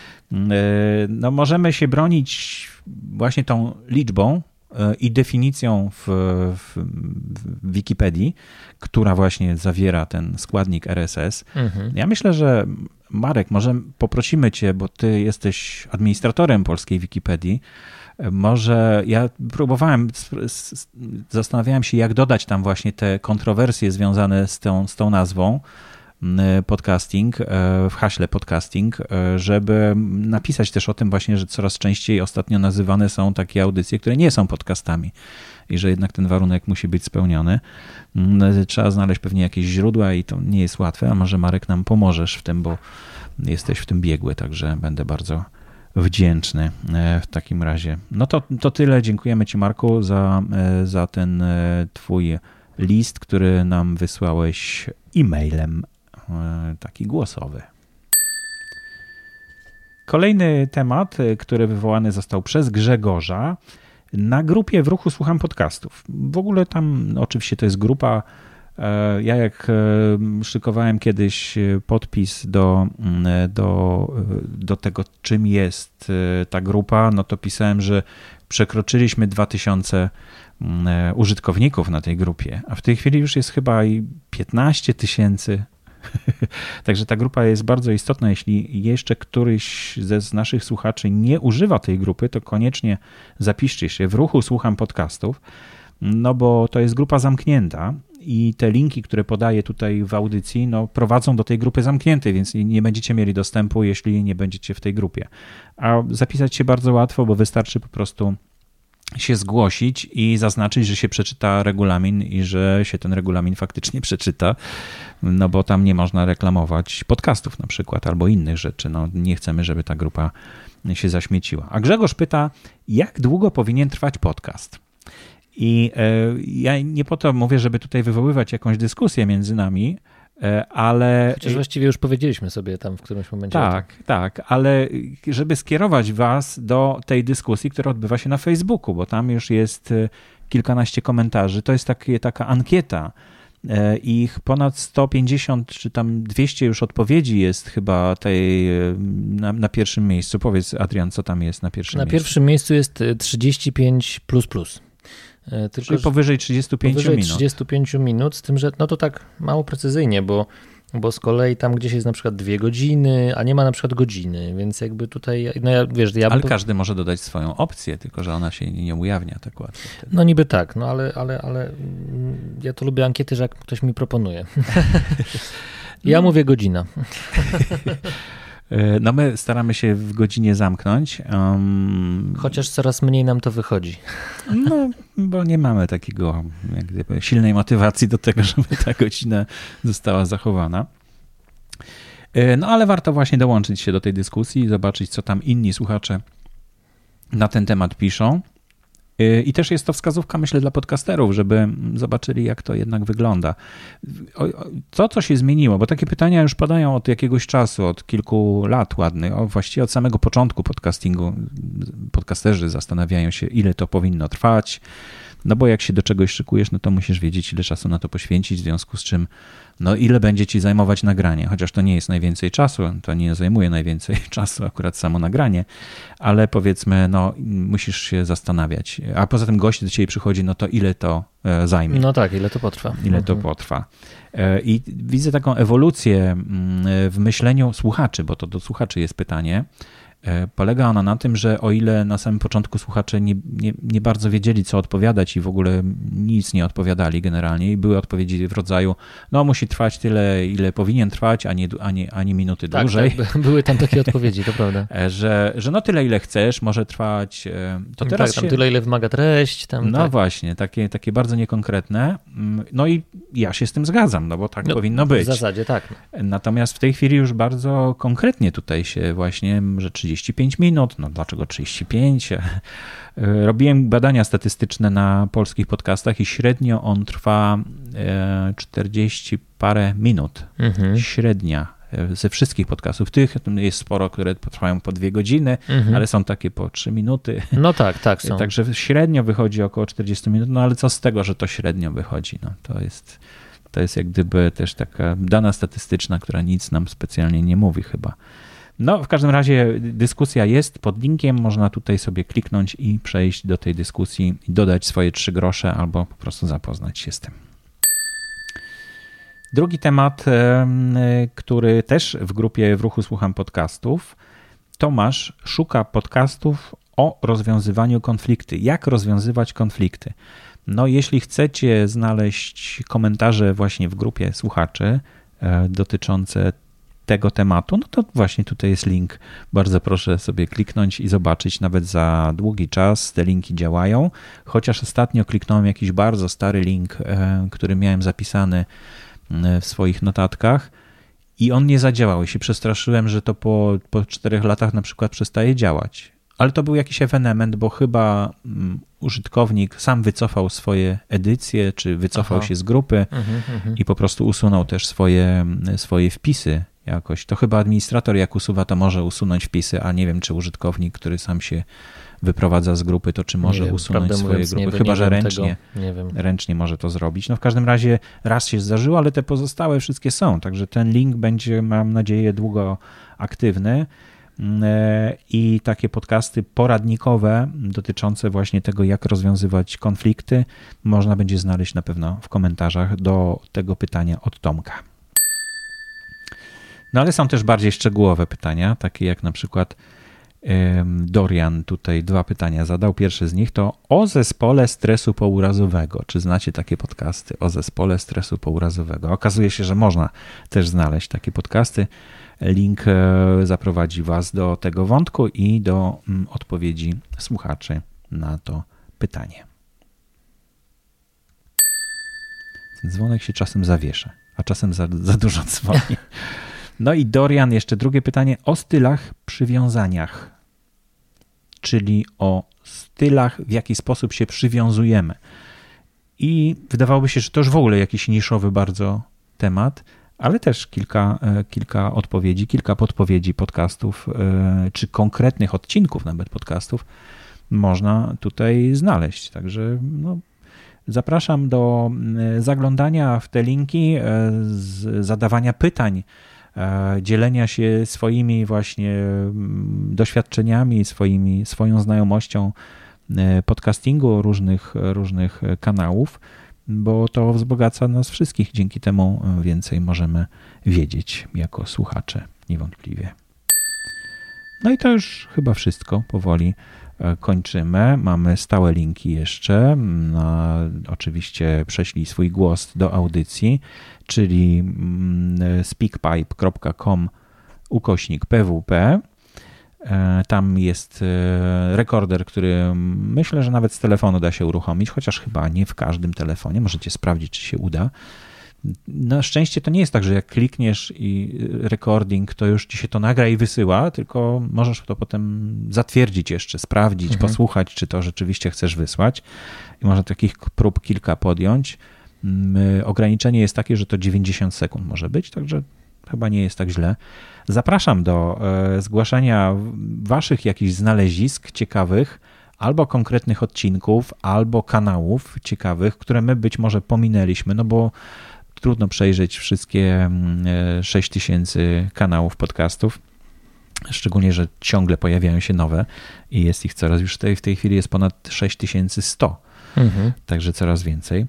możemy się bronić właśnie tą liczbą i definicją w Wikipedii, która właśnie zawiera ten składnik RSS. Ja myślę, że Marek, może poprosimy cię, bo ty jesteś administratorem polskiej Wikipedii. Może ja próbowałem, zastanawiałem się, jak dodać tam właśnie te kontrowersje związane z tą nazwą podcasting, w haśle podcasting, żeby napisać też o tym właśnie, że coraz częściej ostatnio nazywane są takie audycje, które nie są podcastami i że jednak ten warunek musi być spełniony. Trzeba znaleźć pewnie jakieś źródła i to nie jest łatwe, a może Marek nam pomożesz w tym, bo jesteś w tym biegły, także będę bardzo wdzięczny w takim razie. No to tyle. Dziękujemy ci, Marku, za ten twój list, który nam wysłałeś e-mailem, taki głosowy. Kolejny temat, który wywołany został przez Grzegorza na grupie W Ruchu Słucham Podcastów. W ogóle tam oczywiście to jest grupa. Ja jak szykowałem kiedyś podpis do tego, czym jest ta grupa, no to pisałem, że przekroczyliśmy 2000 użytkowników na tej grupie, a w tej chwili już jest chyba i 15 000. Także ta grupa jest bardzo istotna. Jeśli jeszcze któryś z naszych słuchaczy nie używa tej grupy, to koniecznie zapiszcie się. W ruchu słucham podcastów, no bo to jest grupa zamknięta i te linki, które podaję tutaj w audycji, no prowadzą do tej grupy zamkniętej, więc nie będziecie mieli dostępu, jeśli nie będziecie w tej grupie. A zapisać się bardzo łatwo, bo wystarczy po prostu się zgłosić i zaznaczyć, że się przeczyta regulamin i że się ten regulamin faktycznie przeczyta, no bo tam nie można reklamować podcastów na przykład albo innych rzeczy. No nie chcemy, żeby ta grupa się zaśmieciła. A Grzegorz pyta, jak długo powinien trwać podcast? I ja nie po to mówię, żeby tutaj wywoływać jakąś dyskusję między nami, ale... Chociaż właściwie już powiedzieliśmy sobie tam w którymś momencie. Tak, ale żeby skierować was do tej dyskusji, która odbywa się na Facebooku, bo tam już jest kilkanaście komentarzy. To jest taka ankieta. Ich ponad 150 czy tam 200 już odpowiedzi jest chyba tej na pierwszym miejscu. Powiedz, Adrian, co tam jest na pierwszym miejscu? Na pierwszym miejscu jest 35++. Tylko, czyli powyżej 35 minut. Powyżej 35 minut, z tym, że no to tak mało precyzyjnie, bo z kolei tam gdzieś jest na przykład 2 godziny, a nie ma na przykład godziny, więc jakby tutaj, no ja wiesz... Ale każdy może dodać swoją opcję, tylko że ona się nie ujawnia tak łatwo. Wtedy. No niby tak, no ale ja to lubię ankiety, że jak ktoś mi proponuje. Ja mówię godzina. No my staramy się w godzinie zamknąć. Chociaż coraz mniej nam to wychodzi. No, bo nie mamy takiego jak gdyby silnej motywacji do tego, żeby ta godzina została zachowana. No ale warto właśnie dołączyć się do tej dyskusji i zobaczyć, co tam inni słuchacze na ten temat piszą. I też jest to wskazówka, myślę, dla podcasterów, żeby zobaczyli, jak to jednak wygląda. Co się zmieniło? Bo takie pytania już padają od jakiegoś czasu, od kilku lat ładnych. Właściwie od samego początku podcastingu podcasterzy zastanawiają się, ile to powinno trwać. No bo jak się do czegoś szykujesz, no to musisz wiedzieć, ile czasu na to poświęcić, w związku z czym no ile będzie ci zajmować nagranie, chociaż to nie jest najwięcej czasu, to nie zajmuje najwięcej czasu akurat samo nagranie, ale powiedzmy, no musisz się zastanawiać. A poza tym gość do ciebie przychodzi, no to ile to zajmie. No tak, ile to potrwa. Ile to potrwa. I widzę taką ewolucję w myśleniu słuchaczy, bo to do słuchaczy jest pytanie. Polega ona na tym, że o ile na samym początku słuchacze nie bardzo wiedzieli, co odpowiadać i w ogóle nic nie odpowiadali generalnie i były odpowiedzi w rodzaju, no musi trwać tyle, ile powinien trwać, ani minuty dłużej. Tak, były tam takie odpowiedzi, to prawda. Że no tyle, ile chcesz, może trwać. To teraz tak, tam tyle, ile wymaga treść. Tam, no tak. Właśnie, takie bardzo niekonkretne. No i ja się z tym zgadzam, no bo tak powinno być. W zasadzie tak. Natomiast w tej chwili już bardzo konkretnie tutaj się właśnie, że 35 minut, no dlaczego 35? Robiłem badania statystyczne na polskich podcastach i średnio on trwa 40 parę minut. Średnia ze wszystkich podcastów. Tych jest sporo, które trwają po 2 godziny, ale są takie po 3 minuty. No tak są. Także średnio wychodzi około 40 minut, no ale co z tego, że to średnio wychodzi? No to jest jak gdyby też taka dana statystyczna, która nic nam specjalnie nie mówi chyba. No, w każdym razie dyskusja jest pod linkiem, można tutaj sobie kliknąć i przejść do tej dyskusji i dodać swoje 3 grosze albo po prostu zapoznać się z tym. Drugi temat, który też w grupie W Ruchu Słucham Podcastów. Tomasz szuka podcastów o rozwiązywaniu konflikty. Jak rozwiązywać konflikty? No, jeśli chcecie znaleźć komentarze właśnie w grupie słuchaczy dotyczące tego tematu, no to właśnie tutaj jest link. Bardzo proszę sobie kliknąć i zobaczyć. Nawet za długi czas te linki działają, chociaż ostatnio kliknąłem jakiś bardzo stary link, który miałem zapisany w swoich notatkach i on nie zadziałał i się przestraszyłem, że to po 4 latach na przykład przestaje działać. Ale to był jakiś ewenement, bo chyba użytkownik sam wycofał swoje edycje, czy wycofał się z grupy i po prostu usunął też swoje wpisy jakoś. To chyba administrator jak usuwa, to może usunąć wpisy, a nie wiem, czy użytkownik, który sam się wyprowadza z grupy, to czy może usunąć swoje grupy. Chyba, że ręcznie może to zrobić. No w każdym razie raz się zdarzyło, ale te pozostałe wszystkie są, także ten link będzie, mam nadzieję, długo aktywny. i takie podcasty poradnikowe dotyczące właśnie tego, jak rozwiązywać konflikty, można będzie znaleźć na pewno w komentarzach do tego pytania od Tomka. No ale są też bardziej szczegółowe pytania, takie jak na przykład Dorian tutaj 2 pytania zadał. Pierwsze z nich to o zespole stresu pourazowego. Czy znacie takie podcasty o zespole stresu pourazowego? Okazuje się, że można też znaleźć takie podcasty. Link zaprowadzi Was do tego wątku i do odpowiedzi słuchaczy na to pytanie. Ten dzwonek się czasem zawiesza, a czasem za dużo dzwoni. No i Dorian, jeszcze drugie pytanie o stylach przywiązaniach, czyli o stylach, w jaki sposób się przywiązujemy. I wydawałoby się, że to już w ogóle jakiś niszowy bardzo temat, ale też kilka odpowiedzi, kilka podpowiedzi podcastów, czy konkretnych odcinków nawet podcastów można tutaj znaleźć. Także zapraszam do zaglądania w te linki, zadawania pytań, dzielenia się swoimi właśnie doświadczeniami, swoją znajomością podcastingu, różnych kanałów, bo to wzbogaca nas wszystkich. Dzięki temu więcej możemy wiedzieć jako słuchacze, niewątpliwie. No i to już chyba wszystko. Powoli kończymy. Mamy stałe linki jeszcze. Oczywiście prześlij swój głos do audycji, czyli speakpipe.com/PWP. Tam jest rekorder, który myślę, że nawet z telefonu da się uruchomić, chociaż chyba nie w każdym telefonie. Możecie sprawdzić, czy się uda. Na szczęście to nie jest tak, że jak klikniesz i recording, to już ci się to nagra i wysyła, tylko możesz to potem zatwierdzić jeszcze, sprawdzić, posłuchać, czy to rzeczywiście chcesz wysłać. I można takich prób kilka podjąć. Ograniczenie jest takie, że to 90 sekund może być, także chyba nie jest tak źle. Zapraszam do zgłaszania waszych jakichś znalezisk ciekawych, albo konkretnych odcinków, albo kanałów ciekawych, które my być może pominęliśmy, no bo trudno przejrzeć wszystkie 6000 kanałów podcastów, szczególnie, że ciągle pojawiają się nowe i jest ich coraz, już w tej chwili jest ponad 6100. Także coraz więcej.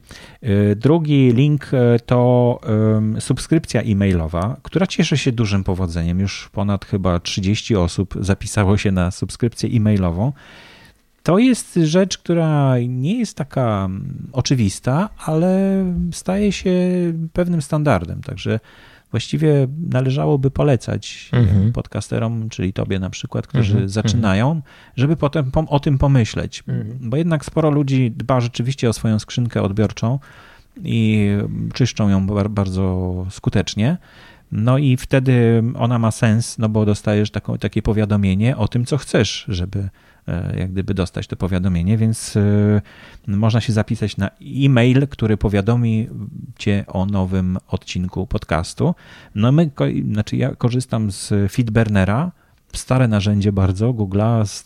Drugi link to subskrypcja e-mailowa, która cieszy się dużym powodzeniem. Już ponad chyba 30 osób zapisało się na subskrypcję e-mailową. To jest rzecz, która nie jest taka oczywista, ale staje się pewnym standardem. Także właściwie należałoby polecać podcasterom, czyli tobie na przykład, którzy zaczynają, żeby potem o tym pomyśleć. Bo jednak sporo ludzi dba rzeczywiście o swoją skrzynkę odbiorczą i czyszczą ją bardzo skutecznie. No i wtedy ona ma sens, no bo dostajesz takie powiadomienie o tym, co chcesz, żeby jak gdyby dostać to powiadomienie, więc można się zapisać na e-mail, który powiadomi cię o nowym odcinku podcastu. No ja korzystam z Feedburnera, stare narzędzie bardzo, Google'a z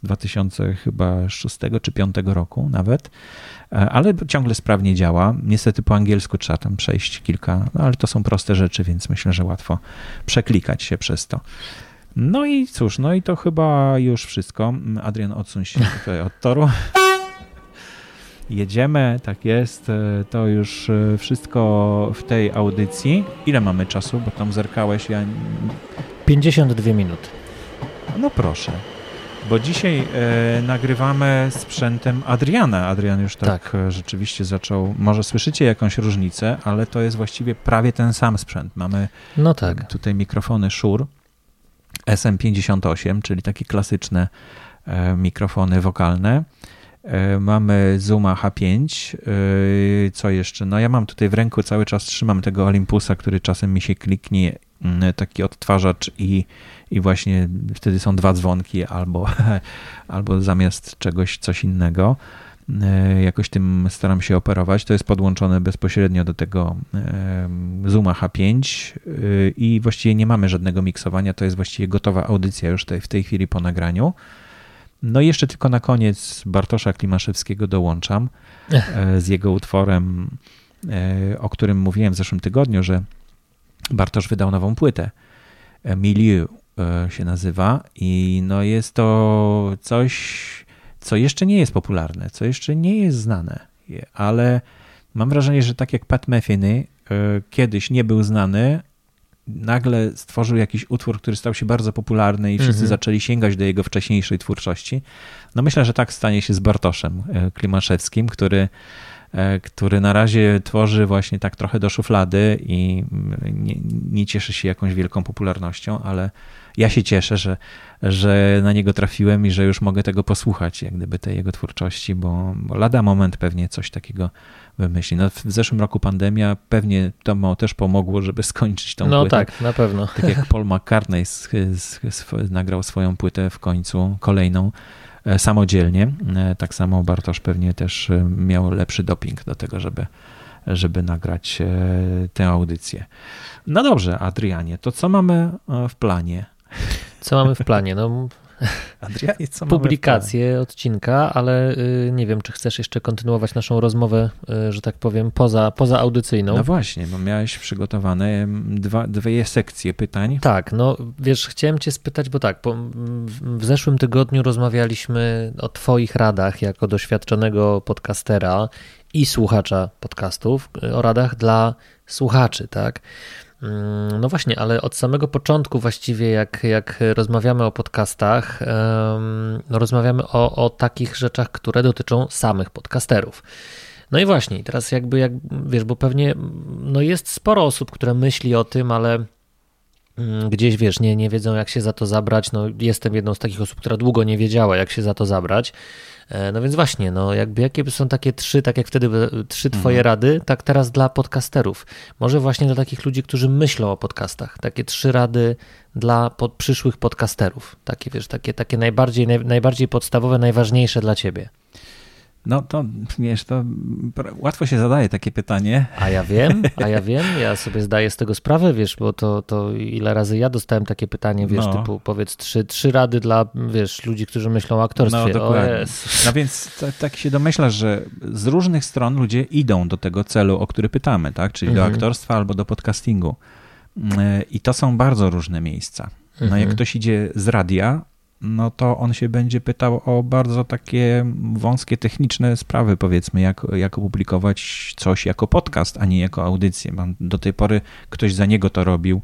2006 czy 2005 roku nawet, ale ciągle sprawnie działa. Niestety po angielsku trzeba tam przejść kilka, ale to są proste rzeczy, więc myślę, że łatwo przeklikać się przez to. No i cóż, no i to chyba już wszystko. Adrian, odsuń się tutaj od toru. Jedziemy, tak jest. To już wszystko w tej audycji. Ile mamy czasu? Bo tam zerkałeś. 52 minuty. No proszę. Bo dzisiaj nagrywamy sprzętem Adriana. Adrian już tak rzeczywiście zaczął. Może słyszycie jakąś różnicę, ale to jest właściwie prawie ten sam sprzęt. Mamy tutaj mikrofony Shure SM58, czyli takie klasyczne mikrofony wokalne. Mamy Zooma H5. Co jeszcze? No ja mam tutaj w ręku, cały czas trzymam tego Olympusa, który czasem mi się kliknie, taki odtwarzacz i właśnie wtedy są 2 dzwonki albo zamiast czegoś coś innego. Jakoś tym staram się operować. To jest podłączone bezpośrednio do tego Zooma H5 i właściwie nie mamy żadnego miksowania. To jest właściwie gotowa audycja już w tej chwili po nagraniu. No i jeszcze tylko na koniec Bartosza Klimaszewskiego dołączam z jego utworem, o którym mówiłem w zeszłym tygodniu, że Bartosz wydał nową płytę Milieu się nazywa i no jest to coś, co jeszcze nie jest popularne, co jeszcze nie jest znane, ale mam wrażenie, że tak jak Pat Metheny kiedyś nie był znany, nagle stworzył jakiś utwór, który stał się bardzo popularny i wszyscy zaczęli sięgać do jego wcześniejszej twórczości. No myślę, że tak stanie się z Bartoszem Klimaszewskim, który na razie tworzy właśnie tak trochę do szuflady i nie cieszy się jakąś wielką popularnością, ale ja się cieszę, że na niego trafiłem i że już mogę tego posłuchać, jak gdyby tej jego twórczości, bo lada moment pewnie coś takiego wymyśli. No, w zeszłym roku pandemia, pewnie to też pomogło, żeby skończyć tą płytę. No tak, na pewno. Tak jak Paul McCartney nagrał swoją płytę w końcu, kolejną, samodzielnie. Tak samo Bartosz pewnie też miał lepszy doping do tego, żeby nagrać tę audycję. No dobrze, Adrianie, to co mamy w planie? Co mamy w planie? No, Adrianie, co publikację odcinka, ale nie wiem, czy chcesz jeszcze kontynuować naszą rozmowę, że tak powiem, poza audycyjną. No właśnie, bo miałeś przygotowane dwie sekcje pytań. Tak, no wiesz, chciałem cię spytać, bo tak, w zeszłym tygodniu rozmawialiśmy o twoich radach jako doświadczonego podcastera i słuchacza podcastów, o radach dla słuchaczy, tak? No właśnie, ale od samego początku właściwie jak rozmawiamy o podcastach, no rozmawiamy o takich rzeczach, które dotyczą samych podcasterów. No i właśnie, teraz jak wiesz, bo pewnie no jest sporo osób, które myśli o tym, ale gdzieś wiesz, nie wiedzą jak się za to zabrać. No jestem jedną z takich osób, która długo nie wiedziała jak się za to zabrać. No więc właśnie, no jakby jakie są takie trzy, tak jak wtedy trzy twoje rady, tak teraz dla podcasterów. Może właśnie dla takich ludzi, którzy myślą o podcastach. Takie 3 rady dla przyszłych podcasterów. Takie wiesz, takie najbardziej podstawowe, najważniejsze dla ciebie. No to wiesz, to łatwo się zadaje takie pytanie. A ja wiem, ja sobie zdaję z tego sprawę, wiesz, bo to ile razy ja dostałem takie pytanie, wiesz, typu powiedz 3 rady dla, wiesz, ludzi, którzy myślą o aktorstwie. No dokładnie. No więc tak się domyślasz, że z różnych stron ludzie idą do tego celu, o który pytamy, tak? Czyli do aktorstwa albo do podcastingu. I to są bardzo różne miejsca. No jak ktoś idzie z radia, no to on się będzie pytał o bardzo takie wąskie, techniczne sprawy, powiedzmy, jak opublikować coś jako podcast, a nie jako audycję. Do tej pory ktoś za niego to robił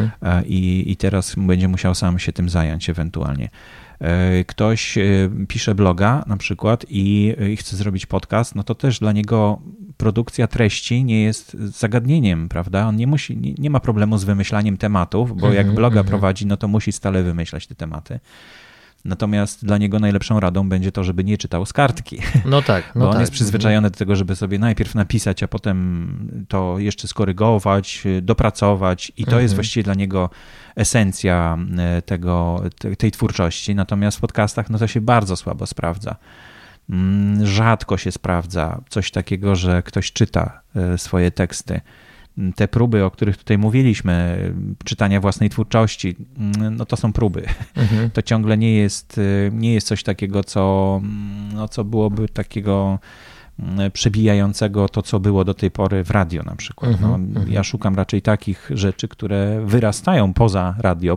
i teraz będzie musiał sam się tym zająć ewentualnie. Ktoś pisze bloga na przykład i chce zrobić podcast, no to też dla niego produkcja treści nie jest zagadnieniem, prawda? On nie ma problemu z wymyślaniem tematów, bo jak bloga prowadzi, no to musi stale wymyślać te tematy. Natomiast dla niego najlepszą radą będzie to, żeby nie czytał z kartki. No tak. Bo on jest przyzwyczajony do tego, żeby sobie najpierw napisać, a potem to jeszcze skorygować, dopracować i to jest właściwie dla niego esencja tej twórczości. Natomiast w podcastach no to się bardzo słabo sprawdza. Rzadko się sprawdza coś takiego, że ktoś czyta swoje teksty. Te próby, o których tutaj mówiliśmy, czytania własnej twórczości, no to są próby. To ciągle nie jest coś takiego, co byłoby takiego przebijającego to, co było do tej pory w radio na przykład. Ja szukam raczej takich rzeczy, które wyrastają poza radio,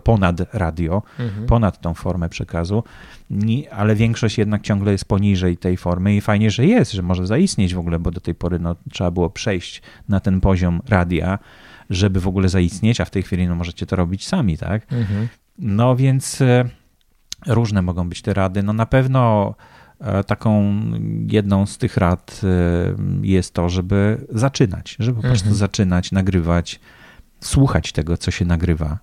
ponad tą formę przekazu, ale większość jednak ciągle jest poniżej tej formy i fajnie, że jest, że może zaistnieć w ogóle, bo do tej pory trzeba było przejść na ten poziom radia, żeby w ogóle zaistnieć, a w tej chwili możecie to robić sami, tak? No więc różne mogą być te rady. No na pewno taką jedną z tych rad jest to, żeby zaczynać, żeby po prostu zaczynać, nagrywać, słuchać tego, co się nagrywa,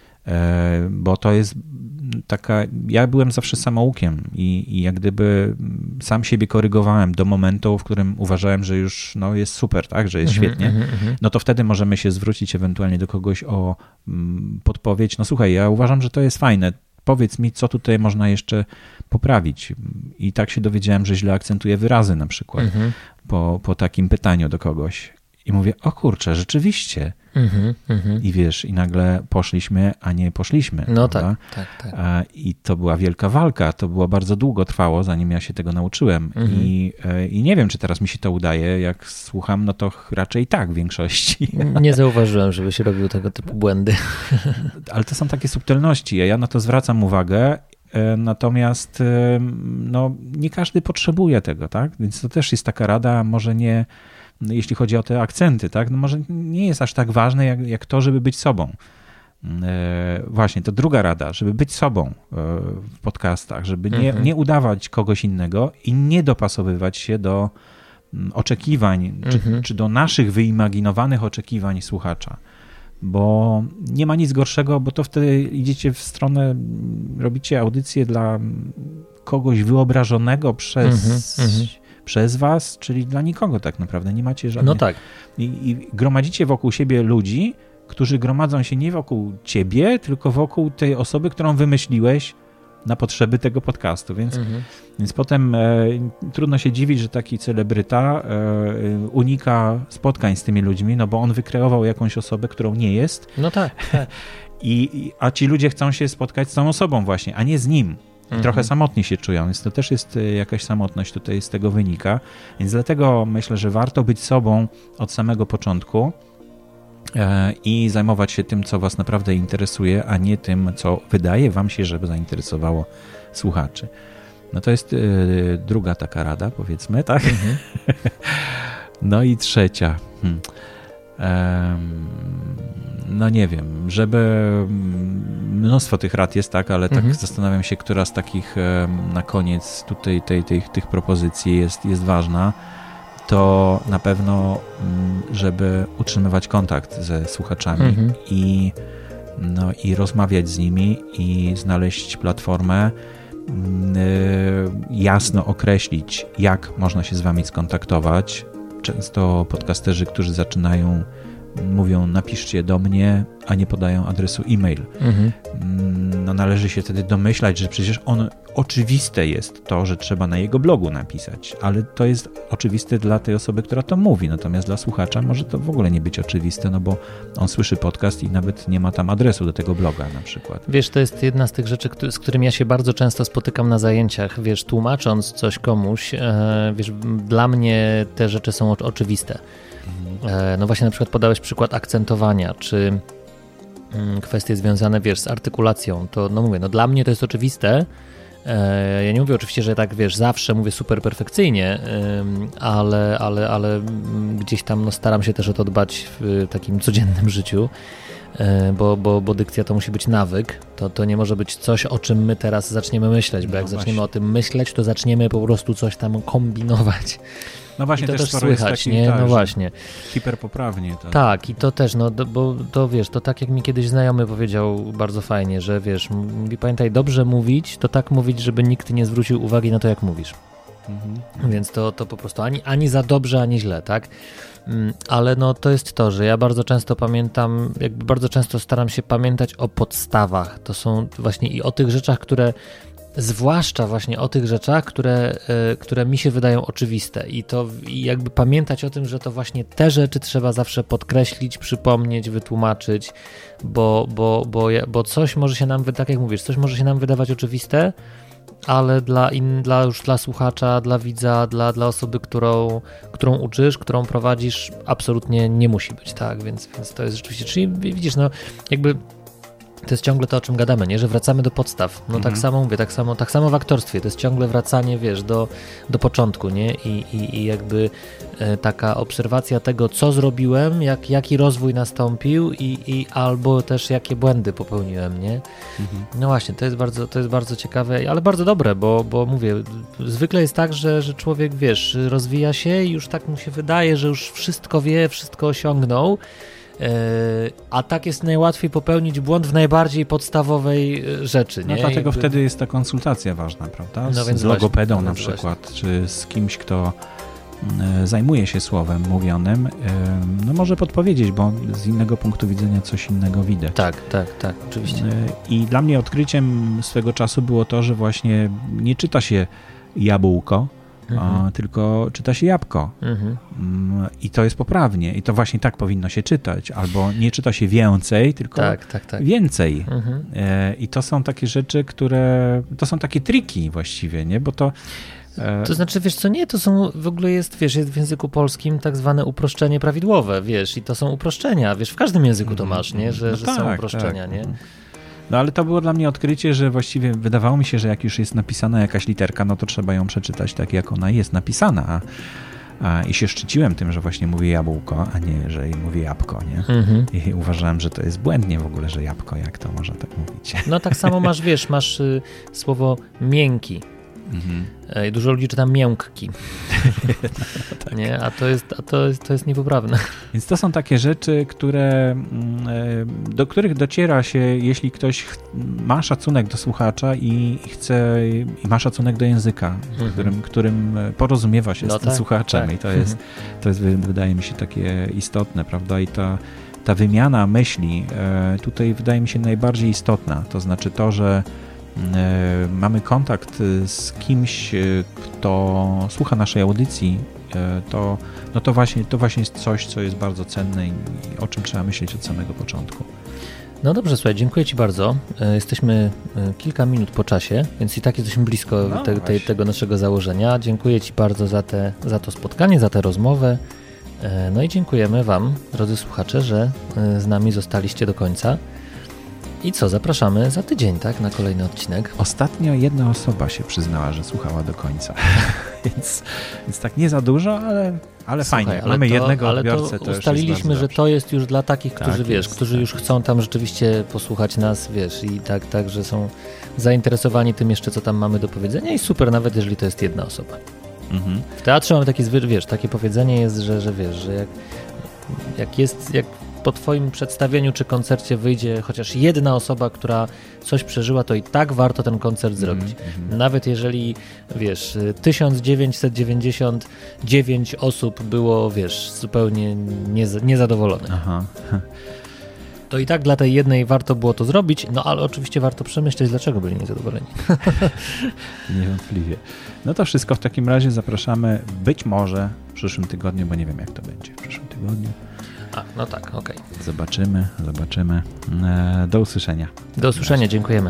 bo to jest taka, ja byłem zawsze samoukiem i jak gdyby sam siebie korygowałem do momentu, w którym uważałem, że już jest super, tak, że jest świetnie, no to wtedy możemy się zwrócić ewentualnie do kogoś o podpowiedź, no słuchaj, ja uważam, że to jest fajne, powiedz mi, co tutaj można jeszcze poprawić. I tak się dowiedziałem, że źle akcentuję wyrazy na przykład po takim pytaniu do kogoś. I mówię, o kurczę, rzeczywiście, I wiesz, i nagle poszliśmy, a nie poszliśmy. No prawda? tak. I to była wielka walka, to było bardzo długo trwało, zanim ja się tego nauczyłem. I nie wiem, czy teraz mi się to udaje, jak słucham, no to raczej tak w większości. Nie zauważyłem, żebyś robił tego typu błędy. Ale to są takie subtelności, ja na to zwracam uwagę. Natomiast no, nie każdy potrzebuje tego, tak? Więc to też jest taka rada, może nie, jeśli chodzi o te akcenty, tak? No może nie jest aż tak ważne, jak to, żeby być sobą. Właśnie, to druga rada, żeby być sobą w podcastach, żeby nie udawać kogoś innego i nie dopasowywać się do oczekiwań, czy do naszych wyimaginowanych oczekiwań słuchacza. Bo nie ma nic gorszego, bo to wtedy idziecie w stronę, robicie audycję dla kogoś wyobrażonego przez was, czyli dla nikogo tak naprawdę, nie macie żadnych... No tak. I gromadzicie wokół siebie ludzi, którzy gromadzą się nie wokół ciebie, tylko wokół tej osoby, którą wymyśliłeś na potrzeby tego podcastu, więc potem trudno się dziwić, że taki celebryta unika spotkań z tymi ludźmi, no bo on wykreował jakąś osobę, którą nie jest. No tak. A ci ludzie chcą się spotkać z tą osobą właśnie, a nie z nim. I trochę samotnie się czują, więc to też jest jakaś samotność tutaj z tego wynika. Więc dlatego myślę, że warto być sobą od samego początku i zajmować się tym, co was naprawdę interesuje, a nie tym, co wydaje wam się, żeby zainteresowało słuchaczy. No to jest druga taka rada, powiedzmy, tak? No i trzecia. No nie wiem, żeby mnóstwo tych rad jest, tak, ale tak zastanawiam się, która z takich na koniec tutaj tych propozycji jest ważna. To na pewno, żeby utrzymywać kontakt ze słuchaczami i rozmawiać z nimi i znaleźć platformę, jasno określić, jak można się z wami skontaktować. Często podcasterzy, którzy zaczynają, mówią: napiszcie do mnie, a nie podają adresu e-mail. No należy się wtedy domyślać, że przecież oczywiste jest to, że trzeba na jego blogu napisać, ale to jest oczywiste dla tej osoby, która to mówi, natomiast dla słuchacza może to w ogóle nie być oczywiste, no bo on słyszy podcast i nawet nie ma tam adresu do tego bloga na przykład. Wiesz, to jest jedna z tych rzeczy, z którymi ja się bardzo często spotykam na zajęciach, wiesz, tłumacząc coś komuś, wiesz, dla mnie te rzeczy są oczywiste. No właśnie, na przykład podałeś przykład akcentowania, czy kwestie związane, wiesz, z artykulacją, to no mówię, no dla mnie to jest oczywiste. Ja nie mówię oczywiście, że tak, wiesz, zawsze mówię super perfekcyjnie, ale gdzieś tam no, staram się też o to dbać w takim codziennym życiu, bo dykcja to musi być nawyk, to nie może być coś, o czym my teraz zaczniemy myśleć, bo jak zaczniemy o tym myśleć, to zaczniemy po prostu coś tam kombinować. No właśnie, I to też słychać, taki, nie? No właśnie. Hiperpoprawnie. Tak, i to też, no bo to wiesz, to tak jak mi kiedyś znajomy powiedział bardzo fajnie, że wiesz, mówi, pamiętaj, dobrze mówić, to tak mówić, żeby nikt nie zwrócił uwagi na to, jak mówisz. Więc to po prostu ani za dobrze, ani źle, tak? Ale no to jest to, że ja bardzo często pamiętam, jakby bardzo często staram się pamiętać o podstawach. To są właśnie i o tych rzeczach, zwłaszcza właśnie o tych rzeczach, które mi się wydają oczywiste i jakby pamiętać o tym, że to właśnie te rzeczy trzeba zawsze podkreślić, przypomnieć, wytłumaczyć, bo coś może się nam, tak jak mówisz, coś może się nam wydawać oczywiste, ale dla słuchacza, dla widza, dla osoby, którą uczysz, którą prowadzisz, absolutnie nie musi być, tak, więc to jest rzeczywiście, czyli widzisz, no jakby to jest ciągle to, o czym gadamy, nie? Że wracamy do podstaw. No tak samo mówię, tak samo w aktorstwie. To jest ciągle wracanie, wiesz, do początku, nie? I jakby taka obserwacja tego, co zrobiłem, jaki rozwój nastąpił i albo też jakie błędy popełniłem, nie? No właśnie, to jest bardzo ciekawe, ale bardzo dobre, bo mówię, zwykle jest tak, że człowiek, wiesz, rozwija się i już tak mu się wydaje, że już wszystko wie, wszystko osiągnął, a tak jest najłatwiej popełnić błąd w najbardziej podstawowej rzeczy. Nie? No dlatego wtedy jest ta konsultacja ważna, prawda? Z logopedą właśnie, na przykład, czy z kimś, kto zajmuje się słowem mówionym, no może podpowiedzieć, bo z innego punktu widzenia coś innego widać. Tak, oczywiście. I dla mnie odkryciem swego czasu było to, że właśnie nie czyta się jabłko, tylko czyta się jabłko. I to jest poprawnie. I to właśnie tak powinno się czytać. Albo nie czyta się więcej, tylko więcej. I to są takie rzeczy, to są takie triki właściwie, nie? Bo to... To znaczy, wiesz co, nie, to są, w ogóle jest w języku polskim tak zwane uproszczenie prawidłowe, wiesz, i to są uproszczenia, wiesz, w każdym języku to masz, nie, że są uproszczenia, nie? No ale to było dla mnie odkrycie, że właściwie wydawało mi się, że jak już jest napisana jakaś literka, no to trzeba ją przeczytać tak, jak ona jest napisana. I się szczyciłem tym, że właśnie mówię jabłko, a nie, że mówię jabłko, nie? I uważałem, że to jest błędnie w ogóle, że jabłko, jak to można tak mówić. No tak samo masz, wiesz, słowo miękki. Dużo ludzi czyta miękki. Tak. Nie? A to jest niepoprawne. Więc to są takie rzeczy, do których dociera się, jeśli ktoś ma szacunek do słuchacza i ma szacunek do języka, którym porozumiewa się z tym słuchaczem. I to jest, wydaje mi się, takie istotne, prawda? I ta wymiana myśli tutaj wydaje mi się najbardziej istotna. To znaczy to, że mamy kontakt z kimś, kto słucha naszej audycji, to właśnie jest coś, co jest bardzo cenne i o czym trzeba myśleć od samego początku. No dobrze, słuchaj, dziękuję Ci bardzo. Jesteśmy kilka minut po czasie, więc i tak jesteśmy blisko tego naszego założenia. Dziękuję Ci bardzo za to spotkanie, za tę rozmowę. No i dziękujemy Wam, drodzy słuchacze, że z nami zostaliście do końca. I co, zapraszamy za tydzień, tak, na kolejny odcinek. Ostatnio jedna osoba się przyznała, że słuchała do końca, więc tak nie za dużo, ale fajnie. Mamy jednego odbiorcę, to ustaliliśmy, że to jest już dla takich, którzy którzy już chcą tam rzeczywiście posłuchać nas, wiesz, i tak, że są zainteresowani tym jeszcze, co tam mamy do powiedzenia i super, nawet jeżeli to jest jedna osoba. W teatrze mamy takie powiedzenie jest, że wiesz, że jak po twoim przedstawieniu czy koncercie wyjdzie chociaż jedna osoba, która coś przeżyła, to i tak warto ten koncert zrobić. Nawet jeżeli, wiesz, 1999 osób było, wiesz, zupełnie niezadowolonych. To i tak dla tej jednej warto było to zrobić, no ale oczywiście warto przemyśleć, dlaczego byli niezadowoleni. Niewątpliwie. No to wszystko w takim razie zapraszamy być może w przyszłym tygodniu, bo nie wiem, jak to będzie w przyszłym tygodniu. No tak, okej. Zobaczymy. Do usłyszenia. Do usłyszenia, dziękujemy.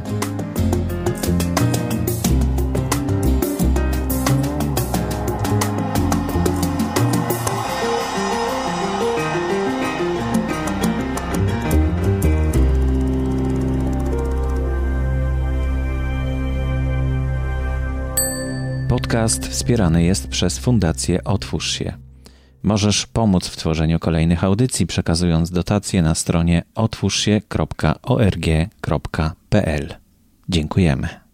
Podcast wspierany jest przez Fundację Otwórz się. Możesz pomóc w tworzeniu kolejnych audycji, przekazując dotacje na stronie otwórzsie.org.pl. Dziękujemy.